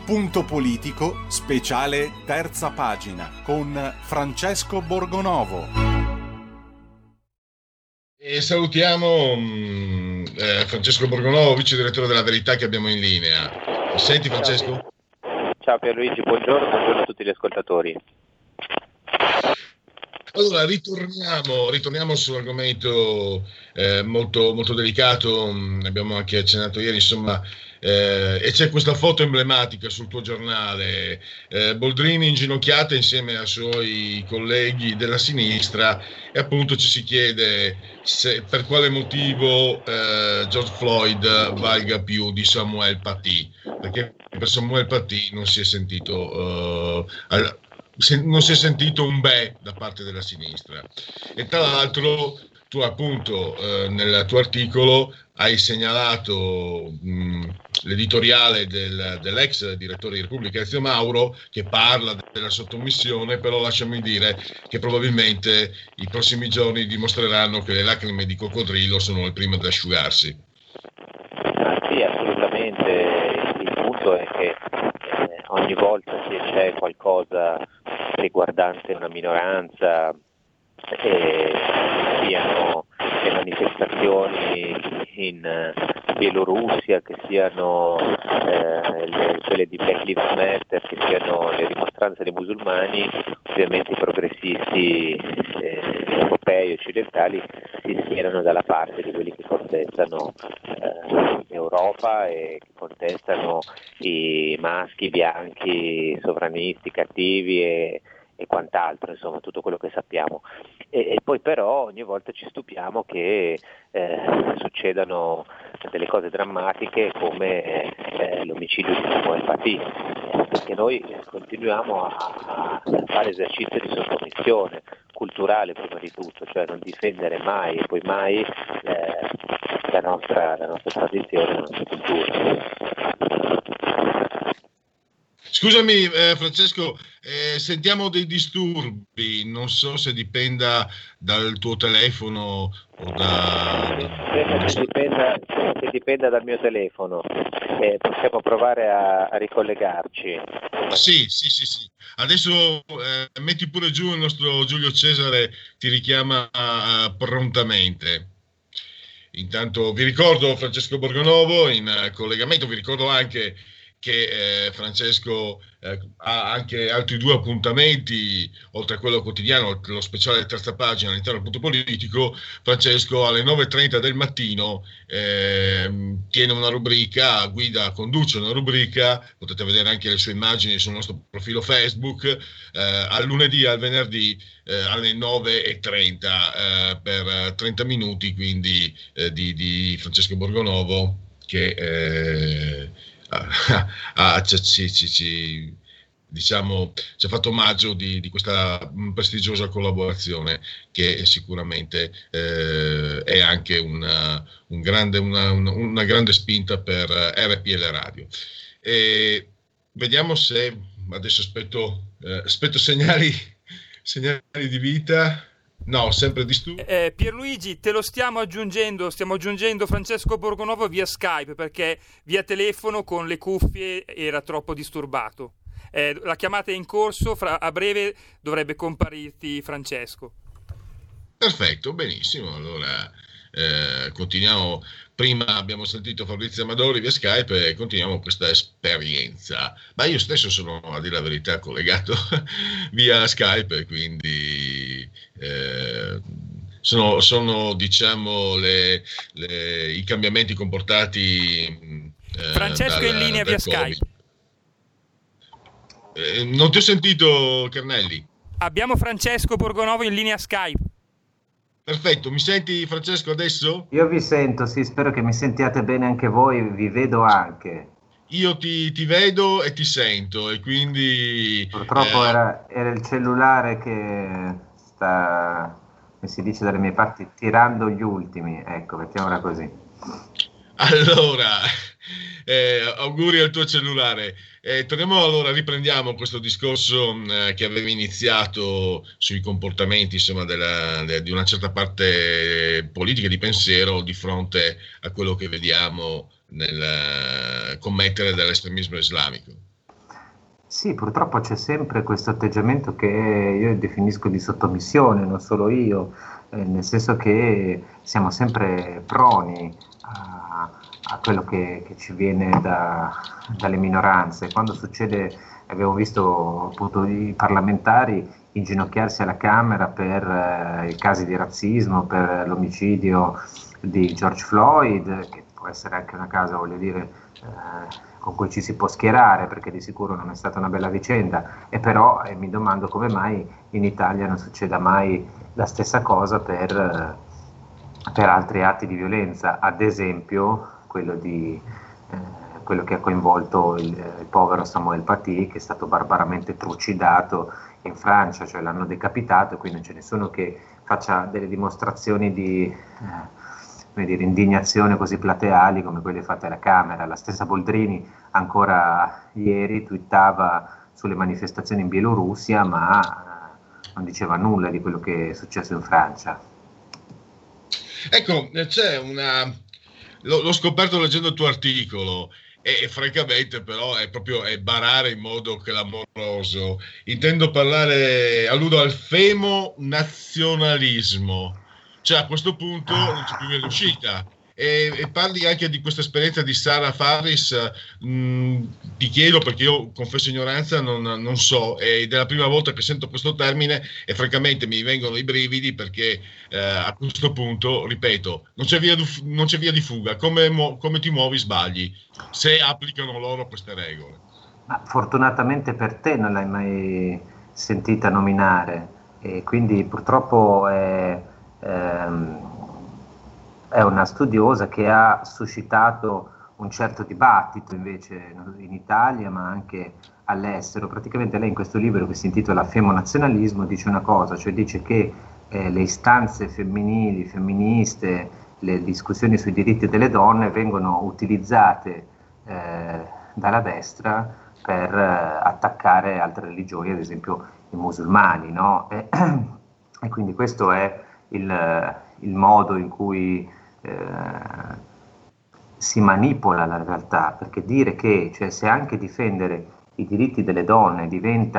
S7: Punto politico, speciale terza pagina, con Francesco Borgonovo.
S6: E salutiamo eh, Francesco Borgonovo, vice direttore della Verità, che abbiamo in linea. Mi senti, Francesco?
S4: Ciao Pierluigi, buongiorno, buongiorno a tutti gli ascoltatori.
S6: Allora, ritorniamo, ritorniamo sull'argomento eh, molto, molto delicato, abbiamo anche accennato ieri, insomma, eh, e c'è questa foto emblematica sul tuo giornale, eh, Boldrini inginocchiata insieme ai suoi colleghi della sinistra, e appunto ci si chiede se, per quale motivo eh, George Floyd valga più di Samuel Paty, perché per Samuel Paty non si è sentito... Eh, non si è sentito un beh da parte della sinistra. E tra l'altro tu appunto eh, nel tuo articolo hai segnalato mh, l'editoriale del, dell'ex direttore di Repubblica Ezio Mauro, che parla della sottomissione, però lasciami dire che probabilmente i prossimi giorni dimostreranno che le lacrime di coccodrillo sono le prime ad asciugarsi.
S4: Ah, sì, assolutamente. Il punto è che eh, ogni volta che c'è qualcosa riguardante una minoranza, eh, siano le manifestazioni in Bielorussia, che siano eh, le, quelle di Black Lives Matter, che siano le dimostranze dei musulmani, ovviamente i progressisti eh, europei e occidentali si schierano dalla parte di quelli che contestano eh, l'Europa e che contestano i maschi bianchi sovranisti cattivi e e quant'altro, insomma tutto quello che sappiamo. E, e poi però ogni volta ci stupiamo che eh, succedano delle cose drammatiche come eh, l'omicidio di Samuel Paty, eh, perché noi continuiamo a, a fare esercizio di sottomissione culturale prima di tutto, cioè non difendere mai e poi mai eh, la nostra, la nostra tradizione, la nostra cultura.
S6: Scusami eh, Francesco, eh, sentiamo dei disturbi, non so se dipenda dal tuo telefono o da...
S4: Sembra che dipenda, che dipenda dal mio telefono, eh, possiamo provare a, a ricollegarci.
S6: Sì, sì, sì, sì. Adesso eh, metti pure giù, il nostro Giulio Cesare ti richiama eh, prontamente. Intanto vi ricordo Francesco Borgonovo in uh, collegamento, vi ricordo anche che eh, Francesco eh, ha anche altri due appuntamenti, oltre a quello quotidiano, lo speciale terza pagina all'interno del Punto Politico. Francesco alle nove e trenta del mattino eh, tiene una rubrica, guida, conduce una rubrica, potete vedere anche le sue immagini sul nostro profilo Facebook, eh, al lunedì e al venerdì eh, alle nove e trenta eh, per trenta minuti, quindi eh, di, di Francesco Borgonovo, che... Eh, Ah, ah, ci, ci, ci, diciamo, ci ha fatto omaggio di, di questa prestigiosa collaborazione che sicuramente eh, è anche una, un grande, una, una, una grande spinta per R P L Radio. E vediamo se adesso aspetto, eh, aspetto segnali, segnali di vita. No, sempre disturbo.
S19: Eh, Pierluigi, te lo stiamo aggiungendo, stiamo aggiungendo Francesco Borgonovo via Skype, perché via telefono con le cuffie era troppo disturbato. Eh, la chiamata è in corso, fra, a breve dovrebbe comparirti Francesco.
S6: Perfetto, benissimo. Allora eh, continuiamo. Prima abbiamo sentito Fabrizio Amadori via Skype e continuiamo questa esperienza. Ma io stesso sono, a dire la verità, collegato via Skype, quindi eh, sono, sono diciamo le, le, i cambiamenti comportati. Eh,
S19: Francesco
S6: dal,
S19: in linea via
S6: Covid.
S19: Skype.
S6: Eh, non ti ho sentito, Carnelli.
S19: Abbiamo Francesco Borgonovo in linea Skype.
S6: Perfetto, mi senti Francesco adesso?
S22: Io vi sento, sì, spero che mi sentiate bene anche voi, vi vedo anche.
S6: Io ti, ti vedo e ti sento e quindi...
S22: Purtroppo
S6: eh...
S22: era, era il cellulare che sta, come si dice dalle mie parti, tirando gli ultimi, ecco, mettiamola così.
S6: Allora, eh, auguri al tuo cellulare. Eh, torniamo allora, riprendiamo questo discorso eh, che avevi iniziato sui comportamenti, insomma, della, de, di una certa parte politica di pensiero di fronte a quello che vediamo nel uh, commettere dell'estremismo islamico.
S22: Sì, purtroppo c'è sempre questo atteggiamento che io definisco di sottomissione, non solo io, eh, nel senso che siamo sempre proni a, a quello che, che ci viene da, dalle minoranze. Quando succede, abbiamo visto appunto i parlamentari inginocchiarsi alla Camera per eh, i casi di razzismo, per l'omicidio di George Floyd, che può essere anche una causa, voglio dire, eh, con cui ci si può schierare, perché di sicuro non è stata una bella vicenda, e però eh, mi domando come mai in Italia non succeda mai la stessa cosa per, eh, per altri atti di violenza, ad esempio quello, di, eh, quello che ha coinvolto il, il povero Samuel Paty, che è stato barbaramente trucidato in Francia, cioè l'hanno decapitato, e qui non ce ne sono che faccia delle dimostrazioni di eh, come dire, indignazione così plateali come quelle fatte alla Camera. La stessa Boldrini ancora ieri twittava sulle manifestazioni in Bielorussia, ma non diceva nulla di quello che è successo in Francia.
S6: Ecco, c'è una... L- l'ho scoperto leggendo il tuo articolo e, e francamente però è proprio è barare in modo clamoroso. Intendo parlare, alludo al femo-nazionalismo. Cioè a questo punto non c'è più l'uscita. E, e parli anche di questa esperienza di Sarah Farris, mh, ti chiedo perché io confesso ignoranza, non, non so, ed è la prima volta che sento questo termine e francamente mi vengono i brividi perché eh, a questo punto, ripeto, non c'è via di, non c'è via di fuga, come, mu- come ti muovi sbagli, se applicano loro queste regole.
S22: Ma fortunatamente per te non l'hai mai sentita nominare e quindi purtroppo è... Ehm, è una studiosa che ha suscitato un certo dibattito invece in Italia ma anche all'estero. Praticamente lei in questo libro che si intitola Femonazionalismo dice una cosa, cioè dice che eh, le istanze femminili, femministe, le discussioni sui diritti delle donne vengono utilizzate eh, dalla destra per eh, attaccare altre religioni, ad esempio i musulmani, no? E, e quindi questo è il, il modo in cui eh, si manipola la realtà, perché dire che, cioè, se anche difendere i diritti delle donne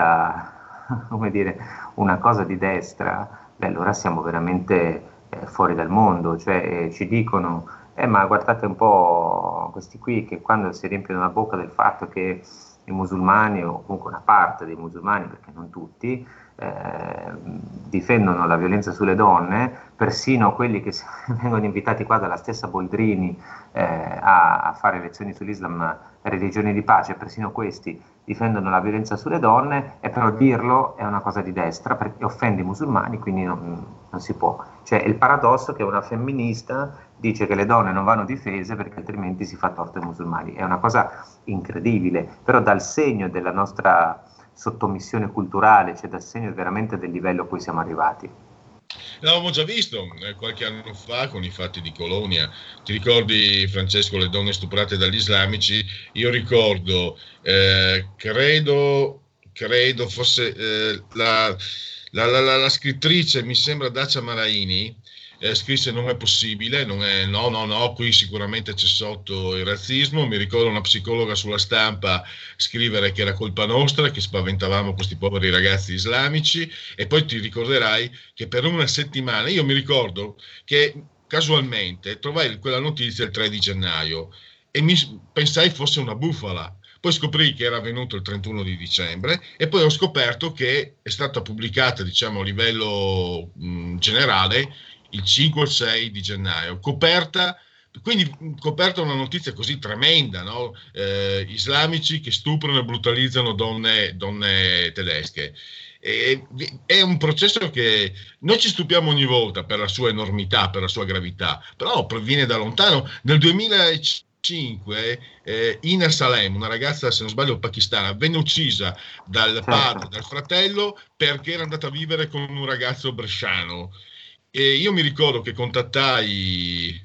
S22: diventa, come dire, una cosa di destra, beh, allora siamo veramente eh, fuori dal mondo, cioè eh, ci dicono, eh ma guardate un po' questi qui che quando si riempiono la bocca del fatto che i musulmani, o comunque una parte dei musulmani, perché non tutti, Eh, difendono la violenza sulle donne, persino quelli che vengono invitati qua dalla stessa Boldrini eh, a, a fare lezioni sull'Islam, religione di pace, persino questi difendono la violenza sulle donne, e però dirlo è una cosa di destra perché offende i musulmani, quindi non, non si può. Cioè il paradosso che una femminista dice che le donne non vanno difese perché altrimenti si fa torto ai musulmani, è una cosa incredibile, però dal segno della nostra sottomissione culturale, cioè dal segno veramente del livello a cui siamo arrivati.
S6: L'avevamo già visto eh, qualche anno fa con i fatti di Colonia. Ti ricordi, Francesco, le donne stuprate dagli islamici? Io ricordo, eh, credo, credo fosse eh, la, la, la, la, la scrittrice, mi sembra Dacia Maraini, Eh, scrisse non è possibile, non è, no, no, no, qui sicuramente c'è sotto il razzismo. Mi ricordo una psicologa sulla Stampa scrivere che era colpa nostra, che spaventavamo questi poveri ragazzi islamici, e poi ti ricorderai che per una settimana, io mi ricordo che casualmente trovai quella notizia il tre di gennaio e mi pensai fosse una bufala. Poi scoprì che era avvenuto il trentuno di dicembre e poi ho scoperto che è stata pubblicata, diciamo, a livello mh, generale il cinque o sei di gennaio, coperta, quindi coperta una notizia così tremenda, no? Eh, islamici che stuprano e brutalizzano donne, donne tedesche. E, è un processo che noi ci stupiamo ogni volta per la sua enormità, per la sua gravità, però proviene da lontano. Nel duemilacinque eh, Ina Salem, una ragazza, se non sbaglio pakistana, venne uccisa dal padre, dal fratello, perché era andata a vivere con un ragazzo bresciano. E io mi ricordo che contattai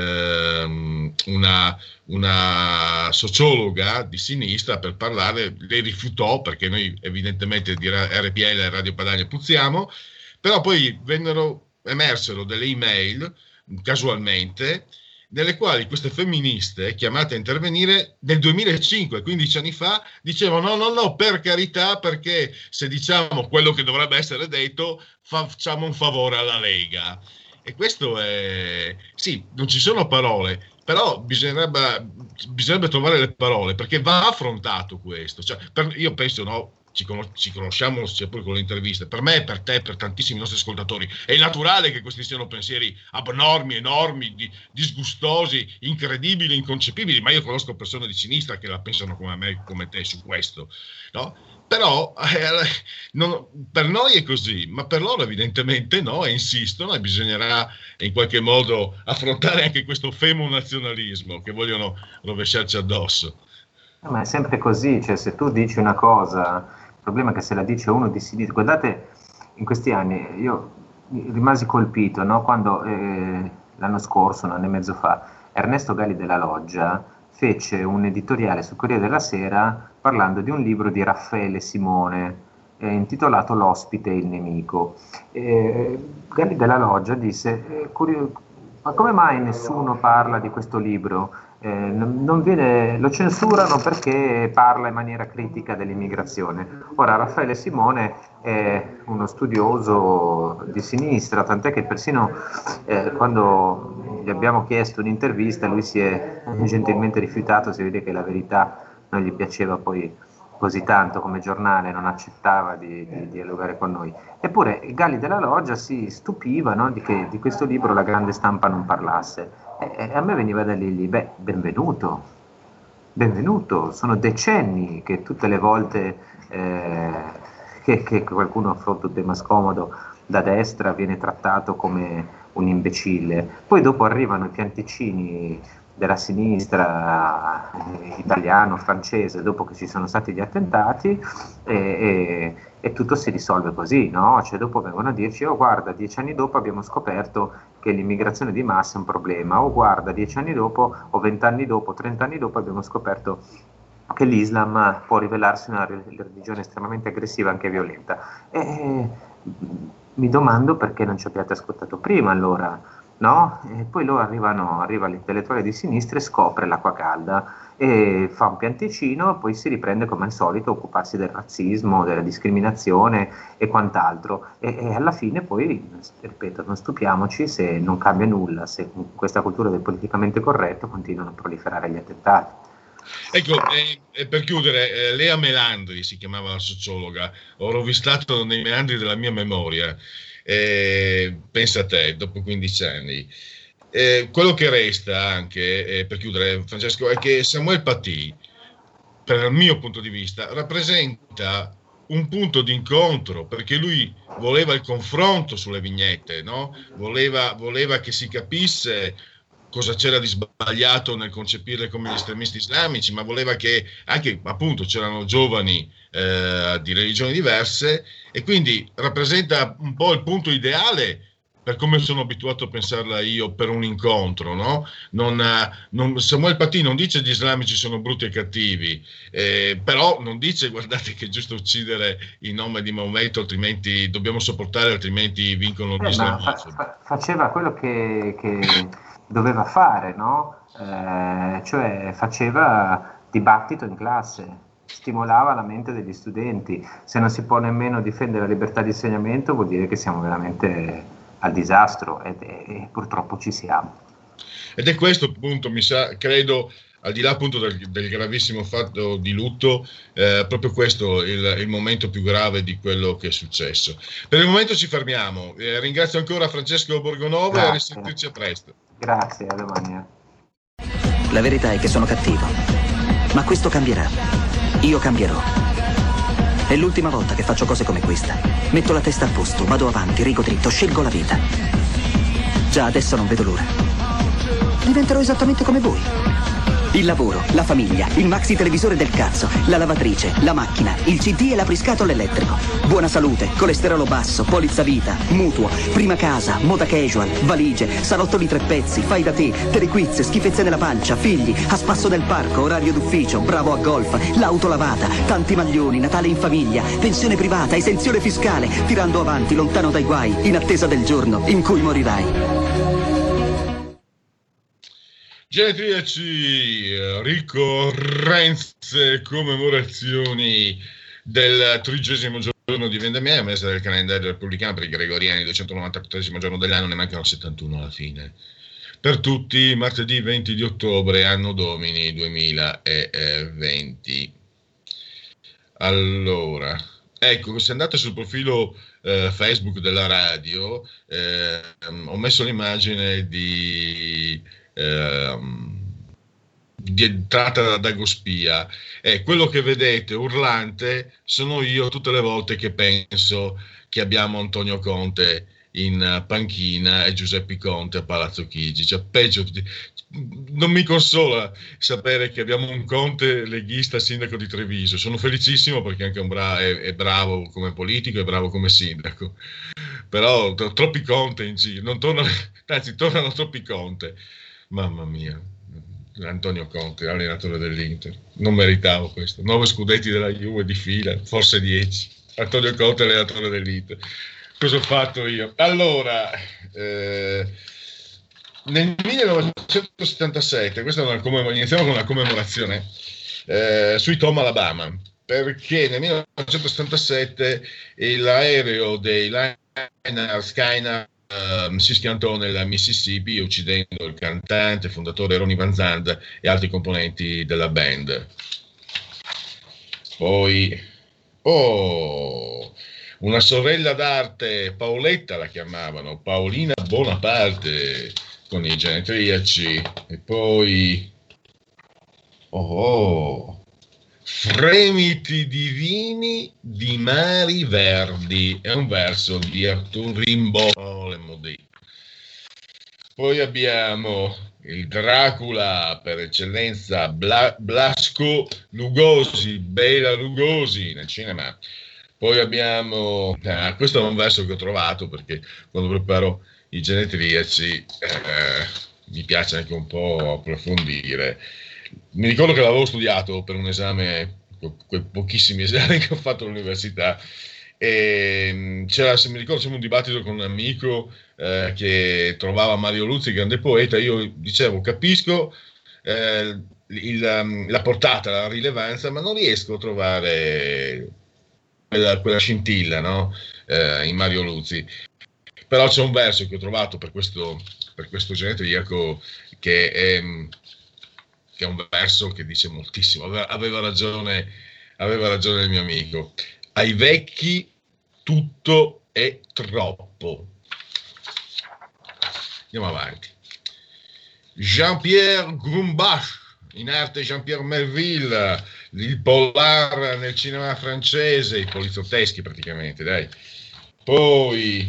S6: ehm, una, una sociologa di sinistra per parlare, lei rifiutò perché noi evidentemente di R P L e Radio Padania puzziamo, però poi vennero, emersero delle email casualmente nelle quali queste femministe chiamate a intervenire nel duemilacinque, quindici anni fa, dicevano no, no, no, per carità, perché se diciamo quello che dovrebbe essere detto facciamo un favore alla Lega. E questo è... sì, non ci sono parole, però bisognerebbe, bisognerebbe trovare le parole, perché va affrontato questo. Cioè, per, io penso, no, ci, con, ci conosciamo sia pure con le interviste, per me, per te, per tantissimi nostri ascoltatori, è naturale che questi siano pensieri abnormi, enormi, di, disgustosi, incredibili, inconcepibili, ma io conosco persone di sinistra che la pensano come me, come te su questo, no? Però eh, non, per noi è così, ma per loro evidentemente no, e insistono, e bisognerà in qualche modo affrontare anche questo femonazionalismo che vogliono rovesciarci addosso.
S22: Ma è sempre così, cioè se tu dici una cosa, il problema è che se la dice uno di sinistra, guardate, in questi anni io rimasi colpito, no? Quando eh, l'anno scorso, un anno e mezzo fa, Ernesto Gali della Loggia fece un editoriale sul Corriere della Sera parlando di un libro di Raffaele Simone eh, intitolato L'ospite e il nemico. Eh, Gali della Loggia disse, eh, curio- ma come mai nessuno parla di questo libro? Eh, non, non viene, lo censurano perché parla in maniera critica dell'immigrazione. Ora Raffaele Simone è uno studioso di sinistra, tant'è che persino eh, quando gli abbiamo chiesto un'intervista lui si è gentilmente rifiutato, si vede che La Verità non gli piaceva poi così tanto come giornale, non accettava di, di dialogare con noi. Eppure Gali della Loggia si stupiva, no, di che di questo libro la grande stampa non parlasse. E a me veniva da dirgli, beh, benvenuto, benvenuto, sono decenni che tutte le volte eh, che, che qualcuno affronta un tema scomodo da destra viene trattato come un imbecille, poi dopo arrivano i pianticini della sinistra eh, italiano, francese, dopo che ci sono stati gli attentati e, e, e tutto si risolve così, no? Cioè dopo vengono a dirci, oh guarda, dieci anni dopo abbiamo scoperto che l'immigrazione di massa è un problema, o oh, guarda, dieci anni dopo, o vent'anni dopo, trent'anni dopo abbiamo scoperto che l'Islam può rivelarsi una religione estremamente aggressiva e anche violenta. E mi domando perché non ci abbiate ascoltato prima allora, no? E poi loro arrivano, arriva l'intellettuale di sinistra e scopre l'acqua calda e fa un pianticino e poi si riprende come al solito a occuparsi del razzismo, della discriminazione e quant'altro e, e alla fine poi, ripeto, non stupiamoci se non cambia nulla, se in questa cultura del politicamente corretto continuano a proliferare gli attentati.
S6: Ecco, eh, per chiudere, eh, Lea Melandri si chiamava la sociologa, ho rovistato nei meandri della mia memoria. Eh, pensa a te, dopo quindici anni, eh, quello che resta anche, eh, per chiudere Francesco, è che Samuel Paty, per il mio punto di vista, rappresenta un punto di incontro, perché lui voleva il confronto sulle vignette, no? voleva, voleva che si capisse cosa c'era di sbagliato nel concepirle come gli estremisti islamici, ma voleva che anche, appunto, c'erano giovani eh, di religioni diverse, e quindi rappresenta un po' il punto ideale per come sono abituato a pensarla io per un incontro, no? Non, non, Samuel Paty non dice gli islamici sono brutti e cattivi, eh, però non dice guardate che è giusto uccidere in nome di Maometto, altrimenti dobbiamo sopportare, altrimenti vincono gli
S22: eh,
S6: islamici.
S22: Fa, fa, faceva quello che, che doveva fare, no? Eh, cioè faceva dibattito in classe, stimolava la mente degli studenti. Se non si può nemmeno difendere la libertà di insegnamento vuol dire che siamo veramente al disastro e, e purtroppo ci siamo.
S6: Ed è questo appunto, mi sa, credo, al di là appunto del, del gravissimo fatto di lutto, eh, proprio questo il, il momento più grave di quello che è successo. Per il momento ci fermiamo. Eh, ringrazio ancora Francesco Borgonovo e a risentirci a presto.
S22: Grazie, a domani.
S12: La verità è che sono cattivo, ma questo cambierà. Io cambierò. È l'ultima volta che faccio cose come questa. Metto la testa a posto, vado avanti, rigo dritto, scelgo la vita. Già adesso non vedo l'ora. Diventerò esattamente come voi. Il lavoro, la famiglia, il maxi televisore del cazzo, la lavatrice, la macchina, il C D e l'apriscatole elettrico. Buona salute, colesterolo basso, polizza vita, mutuo, prima casa, moda casual, valigie, salotto di tre pezzi, fai da te, telequiz, schifezze nella pancia, figli, a spasso nel parco, orario d'ufficio, bravo a golf, l'auto lavata, tanti maglioni, Natale in famiglia, pensione privata, esenzione fiscale, tirando avanti, lontano dai guai, in attesa del giorno in cui morirai.
S6: Genetriaci, ricorrenze, commemorazioni del trigesimo giorno di vendemmia, mese del calendario repubblicano per i gregoriani, duecentonovantaquattresimo giorno dell'anno, ne mancano settantuno alla fine. Per tutti, martedì venti di ottobre, anno domini duemilaventi. Allora, ecco, se andate sul profilo eh, Facebook della radio, eh, ho messo l'immagine di... Eh, di, tratta da Dagospia, e quello che vedete urlante sono io tutte le volte che penso che abbiamo Antonio Conte in panchina e Giuseppe Conte a Palazzo Chigi. Cioè, peggio, non mi consola sapere che abbiamo un Conte leghista sindaco di Treviso. Sono felicissimo perché anche un bra- è, è bravo come politico, è bravo come sindaco, però tro- troppi Conte in giro, non tornano, anzi tornano troppi Conte. Mamma mia, Antonio Conte, allenatore dell'Inter, non meritavo questo. Nove scudetti della Juve di fila, forse dieci. Antonio Conte, allenatore dell'Inter. Cosa ho fatto io? Allora, eh, nel millenovecentosettantasette, questa è una commemor- iniziamo con una commemorazione eh, sui Tom Alabama, perché nel millenovecentosettantasette l'aereo dei Liner Skyner Uh, si schiantò nel Mississippi uccidendo il cantante, fondatore Ronnie Van Zant e altri componenti della band. Poi, oh, una sorella d'arte, Paoletta la chiamavano, Paolina Bonaparte, con i genetriaci. E poi, oh, Fremiti divini di mari verdi, è un verso di Arthur Rimbaud. Oh, le modine. Poi abbiamo il Dracula per eccellenza, Bla- Blasco Lugosi, Bela Lugosi nel cinema. Poi abbiamo, ah, questo è un verso che ho trovato perché quando preparo i genetriaci eh, mi piace anche un po' approfondire. Mi ricordo che l'avevo studiato per un esame, quei pochissimi esami che ho fatto all'università, e c'era, se mi ricordo, c'era un dibattito con un amico eh, che trovava Mario Luzzi grande poeta. Io dicevo, capisco eh, il, la portata, la rilevanza, ma non riesco a trovare quella, quella scintilla, no? eh, in Mario Luzzi. Però c'è un verso che ho trovato per questo, per questo genetriaco che è... che è un verso che dice moltissimo. Aveva, aveva ragione, aveva ragione il mio amico. Ai vecchi tutto è troppo. Andiamo avanti. Jean-Pierre Grumbach, in arte Jean-Pierre Melville, il polar nel cinema francese, i poliziotteschi praticamente, dai. Poi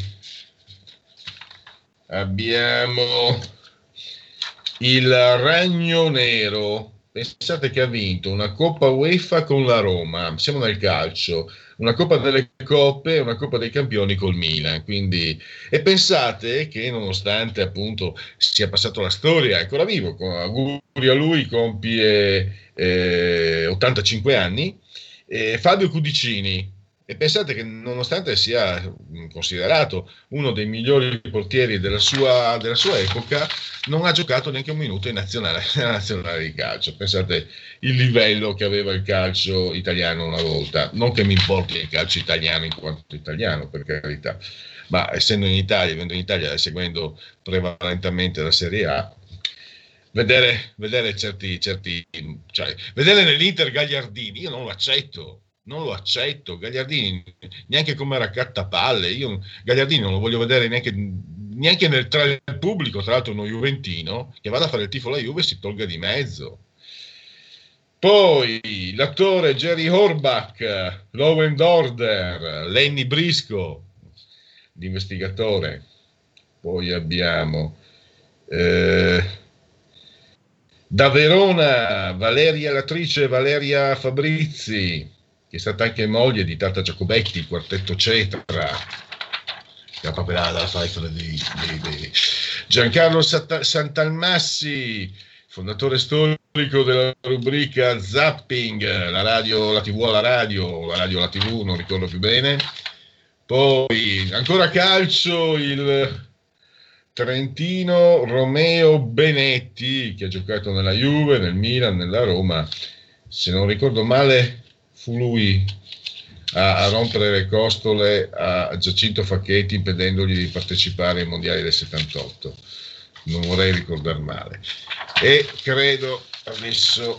S6: abbiamo il Ragno Nero. Pensate che ha vinto una Coppa UEFA con la Roma, siamo nel calcio, una Coppa delle Coppe e una Coppa dei Campioni col Milan, quindi, e pensate che nonostante appunto sia passato la storia, è ancora vivo, con auguri a lui, compie eh, ottantacinque anni, eh, Fabio Cudicini. E pensate che nonostante sia considerato uno dei migliori portieri della sua, della sua epoca, non ha giocato neanche un minuto in nazionale, nella nazionale di calcio. Pensate il livello che aveva il calcio italiano una volta. Non che mi importi il calcio italiano in quanto italiano, per carità, ma essendo in Italia, vivendo in Italia e seguendo prevalentemente la Serie A, vedere, vedere certi, certi cioè, vedere nell'Inter Gagliardini, io non lo accetto. Non lo accetto, Gagliardini neanche come raccattapalle, io Gagliardini non lo voglio vedere neanche, neanche nel, tra il pubblico, tra l'altro uno juventino, che vada a fare il tifo alla Juve e si tolga di mezzo. Poi l'attore Jerry Orbach, Law and Order, Lenny Briscoe, l'investigatore. Poi abbiamo eh, da Verona Valeria, l'attrice Valeria Fabrizi, che è stata anche moglie di Tata Giacobetti, il quartetto Cetra, la papelata dalla faifa di, di, di Giancarlo Santalmassi, fondatore storico della rubrica Zapping, la radio, la tivù alla radio, la radio alla tivù, non ricordo più bene. Poi ancora calcio, il trentino Romeo Benetti, che ha giocato nella Juve, nel Milan, nella Roma. Se non ricordo male fu lui a, a rompere le costole a Giacinto Facchetti, impedendogli di partecipare ai mondiali del settantotto. Non vorrei ricordare male. E credo adesso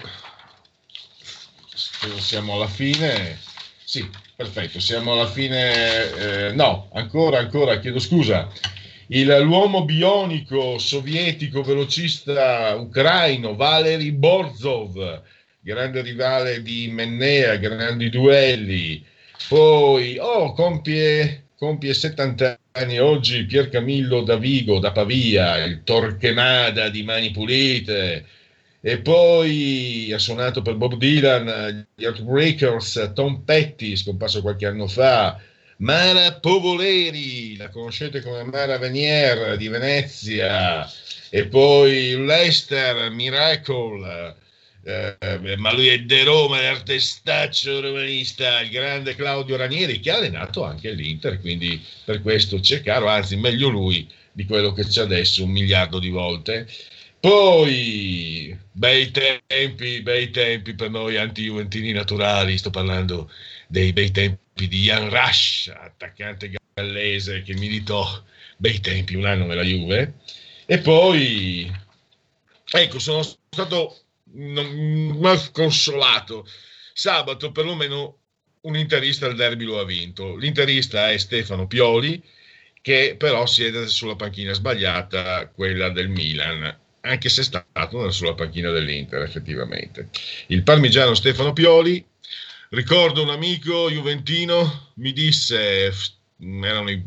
S6: siamo alla fine. Sì, perfetto, siamo alla fine. Eh, no, ancora, ancora, chiedo scusa. Il, l'uomo bionico sovietico velocista ucraino Valery Borzov, grande rivale di Mennea, grandi duelli. Poi, oh, compie, compie settanta anni oggi Pier Camillo Davigo da Pavia, il Torquemada di Mani Pulite. E poi ha suonato per Bob Dylan, gli Heartbreakers, Tom Petty, scomparso qualche anno fa. Mara Povoleri, la conoscete come Mara Venier di Venezia. E poi Lester Miracle, eh, ma lui è de Roma, l'artestaccio romanista, il grande Claudio Ranieri, che ha allenato anche l'Inter, quindi per questo c'è caro, anzi meglio lui di quello che c'è adesso un miliardo di volte. Poi bei tempi, bei tempi per noi anti-juventini naturali, sto parlando dei bei tempi di Jan Rush, attaccante gallese che militò bei tempi un anno nella Juve. E poi, ecco, sono stato non, mal consolato. Sabato perlomeno un interista al derby lo ha vinto. L'interista è Stefano Pioli, che però siede sulla panchina sbagliata, quella del Milan, anche se è stato sulla panchina dell'Inter effettivamente. Il parmigiano Stefano Pioli, ricordo un amico juventino mi disse, erano i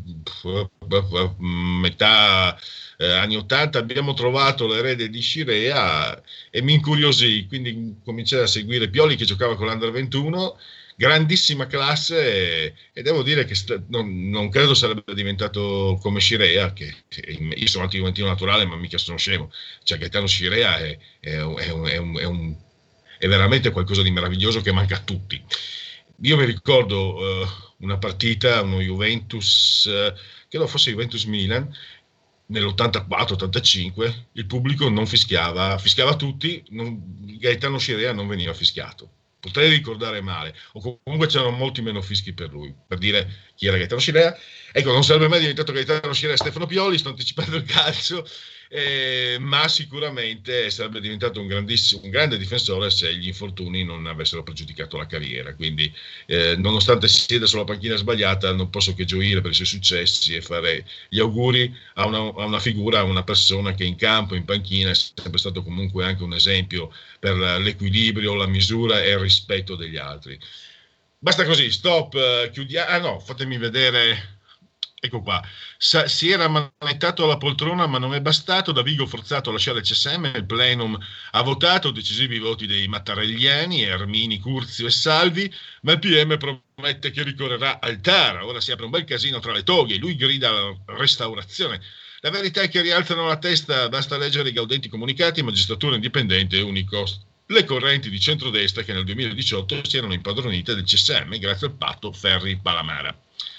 S6: metà eh, anni ottanta, abbiamo trovato l'erede di Scirea, e mi incuriosì, quindi cominciai a seguire Pioli che giocava con l'Under ventuno, grandissima classe, e, e devo dire che sta, non, non credo sarebbe diventato come Scirea, che, che io sono anti-juventino naturale ma mica sono scemo, cioè Gaetano Scirea è, è, è, un, è, un, è, un, è veramente qualcosa di meraviglioso che manca a tutti. Io mi ricordo uh, una partita, uno Juventus, uh, credo fosse Juventus-Milan, nell'ottantaquattro ottantacinque, il pubblico non fischiava, fischiava tutti, non, Gaetano Scirea non veniva fischiato. Potrei ricordare male, o comunque c'erano molti meno fischi per lui, per dire chi era Gaetano Scirea. Ecco, non sarebbe mai diventato Gaetano Scirea e Stefano Pioli, sto anticipando il calcio, eh, ma sicuramente sarebbe diventato un grandissimo, un grande difensore se gli infortuni non avessero pregiudicato la carriera. Quindi, eh, nonostante sieda sulla panchina sbagliata, non posso che gioire per i suoi successi e fare gli auguri a una, a una figura, a una persona che in campo, in panchina, è sempre stato comunque anche un esempio per l'equilibrio, la misura e il rispetto degli altri. Basta così, stop, chiudiamo. Ah no, fatemi vedere. Ecco qua, Sa- si era manettato alla poltrona ma non è bastato, Davigo forzato a lasciare il C S M, il plenum ha votato decisivi voti dei mattarelliani, Ermini, Curzio e Salvi, ma il P M promette che ricorrerà al T A R. Ora si apre un bel casino tra le toghe, lui grida alla restaurazione. La verità è che rialzano la testa, basta leggere i gaudenti comunicati, magistratura indipendente e unico. Le correnti di centrodestra che nel duemiladiciotto si erano impadronite del C S M grazie al patto Ferri-Palamara.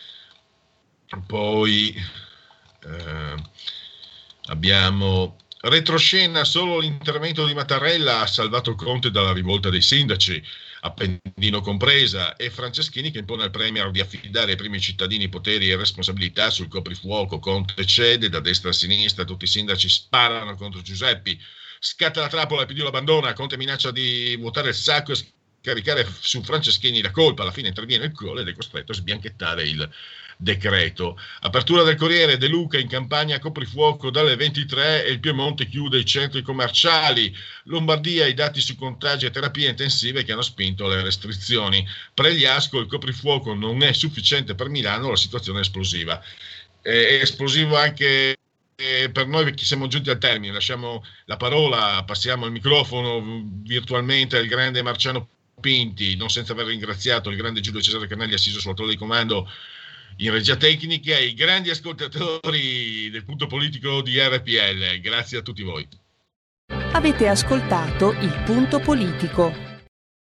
S6: Poi eh, abbiamo retroscena, solo l'intervento di Mattarella ha salvato Conte dalla rivolta dei sindaci, Appendino compresa, e Franceschini che impone al Premier di affidare ai primi cittadini poteri e responsabilità sul coprifuoco. Conte cede, da destra a sinistra tutti i sindaci sparano contro Giuseppi, scatta la trappola, il P D lo abbandona, Conte minaccia di vuotare il sacco e scaricare su Franceschini la colpa, alla fine interviene il Colle ed è costretto a sbianchettare il decreto. Apertura del Corriere, De Luca in campagna coprifuoco dalle ventitré e il Piemonte chiude i centri commerciali. Lombardia, i dati su contagi e terapie intensive che hanno spinto le restrizioni. Pregliasco, il coprifuoco non è sufficiente per Milano, la situazione è esplosiva. È esplosivo anche per noi che siamo giunti al termine. Lasciamo la parola, passiamo il microfono virtualmente al grande Marciano Pinti, non senza aver ringraziato il grande Giulio Cesare Carnelli assiso sulla tolla di comando in regia tecnica e i grandi ascoltatori del punto politico di R P L. Grazie a tutti voi.
S1: Avete ascoltato Il Punto Politico.